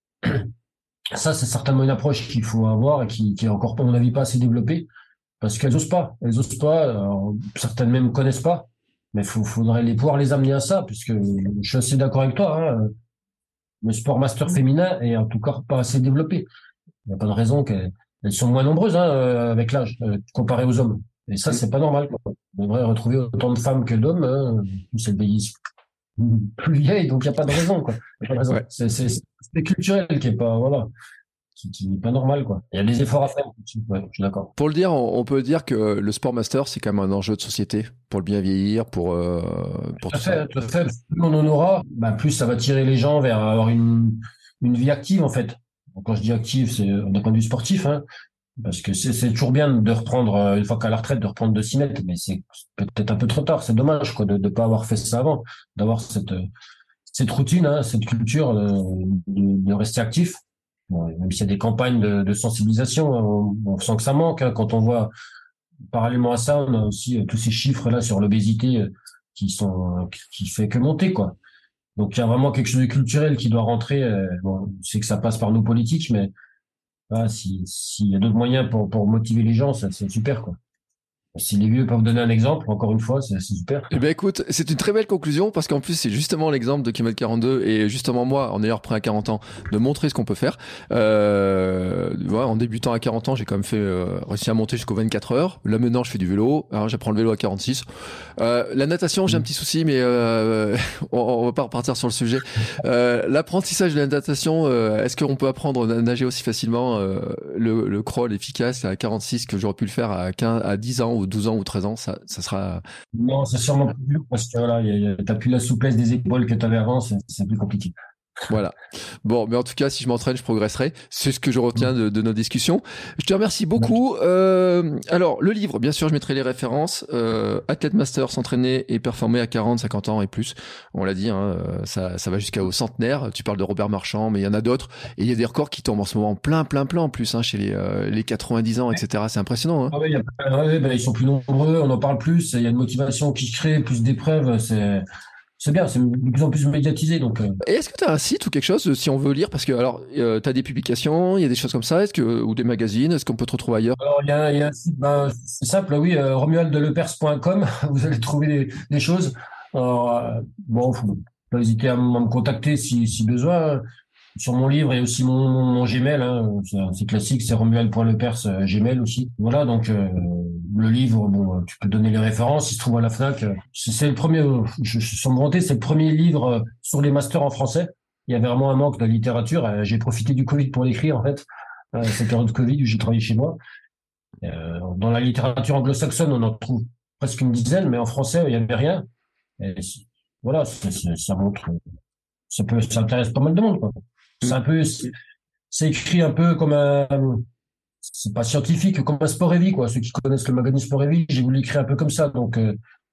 Ça, c'est certainement une approche qu'il faut avoir et qui, qui est encore, à mon avis, pas assez développée parce qu'elles osent pas. Elles osent pas, alors, certaines même connaissent pas, mais il faudrait les, pouvoir les amener à ça, puisque je suis assez d'accord avec toi, hein, le sport master féminin est en tout cas pas assez développé. Il n'y a pas de raison qu'elles Elles sont moins nombreuses hein, euh, avec l'âge, euh, comparé aux hommes. Et ça, c'est pas normal, quoi. On devrait retrouver autant de femmes que d'hommes. Hein. C'est le pays plus vieille, donc il n'y a pas de raison, quoi. Y a pas de raison. Ouais. C'est, c'est, c'est culturel qui est pas, voilà, qui, qui est pas normal, quoi. Il y a des efforts à faire. Ouais, je suis d'accord. Pour le dire, on, on peut dire que le sport master, c'est quand même un enjeu de société pour le bien vieillir, pour, euh, pour tout, tout ça. Fait, tout à fait. Plus on en aura, bah, plus ça va tirer les gens vers avoir une, une vie active, en fait. Quand je dis active, c'est d'un point de vue sportif, hein, parce que c'est, c'est toujours bien de reprendre, une fois qu'à la retraite, de reprendre de s'y mettre, mais c'est peut-être un peu trop tard. C'est dommage, quoi, de ne pas avoir fait ça avant, d'avoir cette, cette routine, hein, cette culture de, de, de rester actif. Bon, même s'il y a des campagnes de, de sensibilisation, on, on sent que ça manque. Hein, quand on voit, parallèlement à ça, on a aussi tous ces chiffres-là sur l'obésité qui sont, qui fait que monter, quoi. Donc il y a vraiment quelque chose de culturel qui doit rentrer. Euh, bon, c'est que ça passe par nos politiques, mais ah, si s'il y a d'autres moyens pour pour motiver les gens, ça, c'est super, quoi. Si les vieux peuvent donner un exemple, encore une fois, c'est, c'est super. Eh ben écoute, c'est une très belle conclusion parce qu'en plus c'est justement l'exemple de kilomètre quarante-deux et justement moi, en ayant repris à quarante ans, de montrer ce qu'on peut faire. Euh, ouais, en débutant à quarante ans, j'ai quand même fait euh, réussi à monter jusqu'aux vingt-quatre heures. Là maintenant, je fais du vélo. Alors, j'apprends le vélo à quarante-six. Euh, la natation, j'ai un petit souci, mais euh, on, on va pas repartir sur le sujet. Euh, l'apprentissage de la natation, euh, est-ce qu'on peut apprendre à nager aussi facilement euh, le, le crawl efficace à quarante-six que j'aurais pu le faire à quinze, à dix ans ou douze ans ou treize ans, ça, ça sera... Non, c'est sûrement plus dur parce que voilà, t'as plus la souplesse des épaules que t'avais avant, c'est, c'est plus compliqué. Voilà. Bon, mais en tout cas, si je m'entraîne, je progresserai. C'est ce que je retiens de, de nos discussions. Je te remercie beaucoup. Euh, alors, le livre, bien sûr, je mettrai les références. Euh, Athlète Master, s'entraîner et performer à quarante, cinquante ans et plus. On l'a dit, hein, ça, ça va jusqu'au centenaire. Tu parles de Robert Marchand, mais il y en a d'autres. Et il y a des records qui tombent en ce moment plein, plein, plein en plus, hein, chez les, euh, les quatre-vingt-dix ans, et cetera. C'est impressionnant. Hein. Ah ouais, y a, ouais, ben, ils sont plus nombreux, on en parle plus. Il y a une motivation qui se crée, plus d'épreuves. C'est C'est bien, c'est de plus en plus médiatisé. Donc, euh... Et est-ce que tu as un site ou quelque chose, si on veut lire? Parce que, alors, euh, tu as des publications, il y a des choses comme ça, est-ce que, ou des magazines, est-ce qu'on peut te retrouver ailleurs? Alors, il y a, il y a un site, ben, c'est simple, oui, euh, romuald lepers point com, vous allez trouver des, des choses. Alors, euh, bon, faut pas hésiter à, m- à me contacter si, si besoin. Sur mon livre et aussi mon, mon Gmail, hein, c'est c'est classique, c'est romuald point lepers euh, Gmail aussi. Voilà, donc euh, le livre, bon, euh, tu peux donner les références, il se trouve à la Fnac. euh, C'est c'est le premier, euh, je, je, sans me vanter, c'est le premier livre euh, sur les masters en français. Il y avait vraiment un manque de littérature. euh, J'ai profité du Covid pour l'écrire, en fait. Euh, cette période de Covid où j'ai travaillé chez moi. Euh, dans la littérature anglo-saxonne, on en trouve presque une dizaine, mais en français, il n'y avait rien. Et c'est- voilà, c'est- c'est- ça montre, ça peut, ça intéresse pas mal de monde, quoi. C'est un peu, c'est c'est écrit un peu comme un, c'est pas scientifique, comme un sport et vie, quoi. Ceux qui connaissent le magazine Sport et vie, j'ai voulu écrire un peu comme ça, donc euh,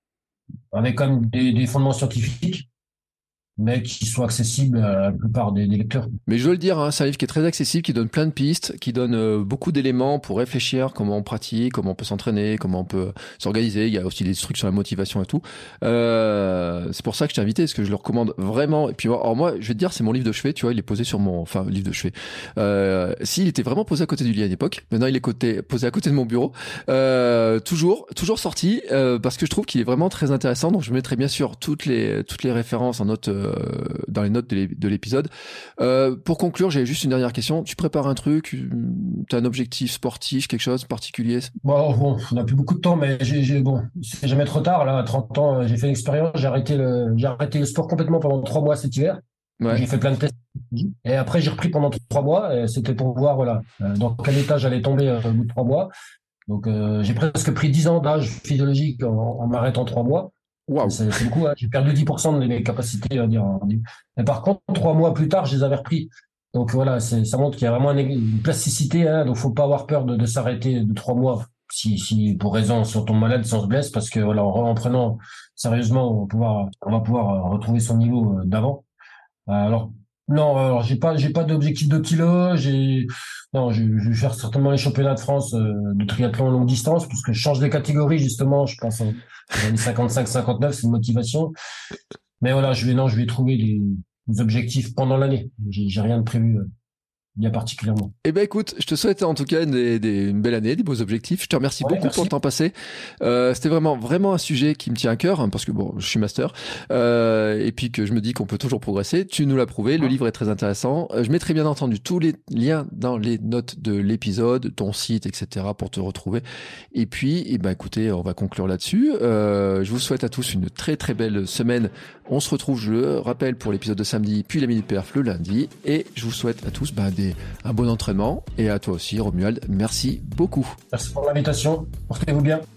avec quand même des, des fondements scientifiques, mais qui soient accessibles à la plupart des, des lecteurs. Mais je veux le dire, hein, c'est un livre qui est très accessible, qui donne plein de pistes, qui donne euh, beaucoup d'éléments pour réfléchir comment on pratique, comment on peut s'entraîner, comment on peut s'organiser. Il y a aussi des trucs sur la motivation et tout. Euh, c'est pour ça que je t'ai invité, parce que je le recommande vraiment. Et puis, alors moi, je vais te dire, c'est mon livre de chevet, tu vois, il est posé sur mon, enfin, livre de chevet. Euh, si, il était vraiment posé à côté du lit à l'époque. Maintenant, il est côté, posé à côté de mon bureau. Euh, toujours, toujours sorti, euh, parce que je trouve qu'il est vraiment très intéressant. Donc, je mettrai bien sûr toutes les, toutes les références en note, euh, dans les notes de l'é- de l'épisode. Euh, pour conclure, j'ai juste une dernière question. Tu prépares un truc, tu as un objectif sportif, quelque chose de particulier? Bon, bon, on n'a plus beaucoup de temps, mais j'ai, j'ai, bon, c'est jamais trop tard. Là, à trente ans, euh, j'ai fait l'expérience, j'ai arrêté le, j'ai arrêté le sport complètement pendant trois mois cet hiver. Ouais. J'ai fait plein de tests. Et après, j'ai repris pendant trois mois. Et c'était pour voir, voilà, euh, dans quel état j'allais tomber euh, au bout de trois mois. Donc, euh, j'ai presque pris dix ans d'âge physiologique en, en m'arrêtant trois mois. Waouh. C'est c'est beaucoup, hein. J'ai perdu dix pour cent de mes capacités, on va dire. Mais par contre, trois mois plus tard, je les avais repris. Donc voilà, c'est, ça montre qu'il y a vraiment une, une plasticité, hein. Donc faut pas avoir peur de, de s'arrêter de trois mois. Si, si, pour raison, si on tombe malade, si on se blesse, parce que voilà, en, en prenant sérieusement, on va pouvoir, on va pouvoir euh, retrouver son niveau euh, d'avant. Euh, Alors, non, alors j'ai pas, j'ai pas d'objectif de kilo. J'ai, non, je, je vais faire certainement les championnats de France euh, de triathlon longue distance, puisque je change de catégorie justement. Je pense en dans les cinquante-cinq, cinquante-neuf, c'est une motivation. Mais voilà, je vais, non, je vais trouver les, les objectifs pendant l'année. J'ai, j'ai rien de prévu euh, bien particulièrement. Eh ben écoute, je te souhaite en tout cas une, des- des- une belle année, des beaux objectifs. Je te remercie Ouais, beaucoup merci. pour le temps passé. Euh, c'était vraiment vraiment un sujet qui me tient à cœur, hein, parce que bon, je suis master, euh, et puis que je me dis qu'on peut toujours progresser. Tu nous l'as prouvé. Le Ouais. livre est très intéressant. Euh, je mettrai bien entendu tous les liens dans les notes de l'épisode, ton site, et cetera, pour te retrouver. Et puis, eh ben écoutez, on va conclure là-dessus. Euh, je vous souhaite à tous une très très belle semaine. On se retrouve, je le rappelle, pour l'épisode de samedi, puis la minute perf le lundi. Et je vous souhaite à tous ben, des, un bon entraînement. Et à toi aussi, Romuald, merci beaucoup. Merci pour l'invitation. Portez-vous bien.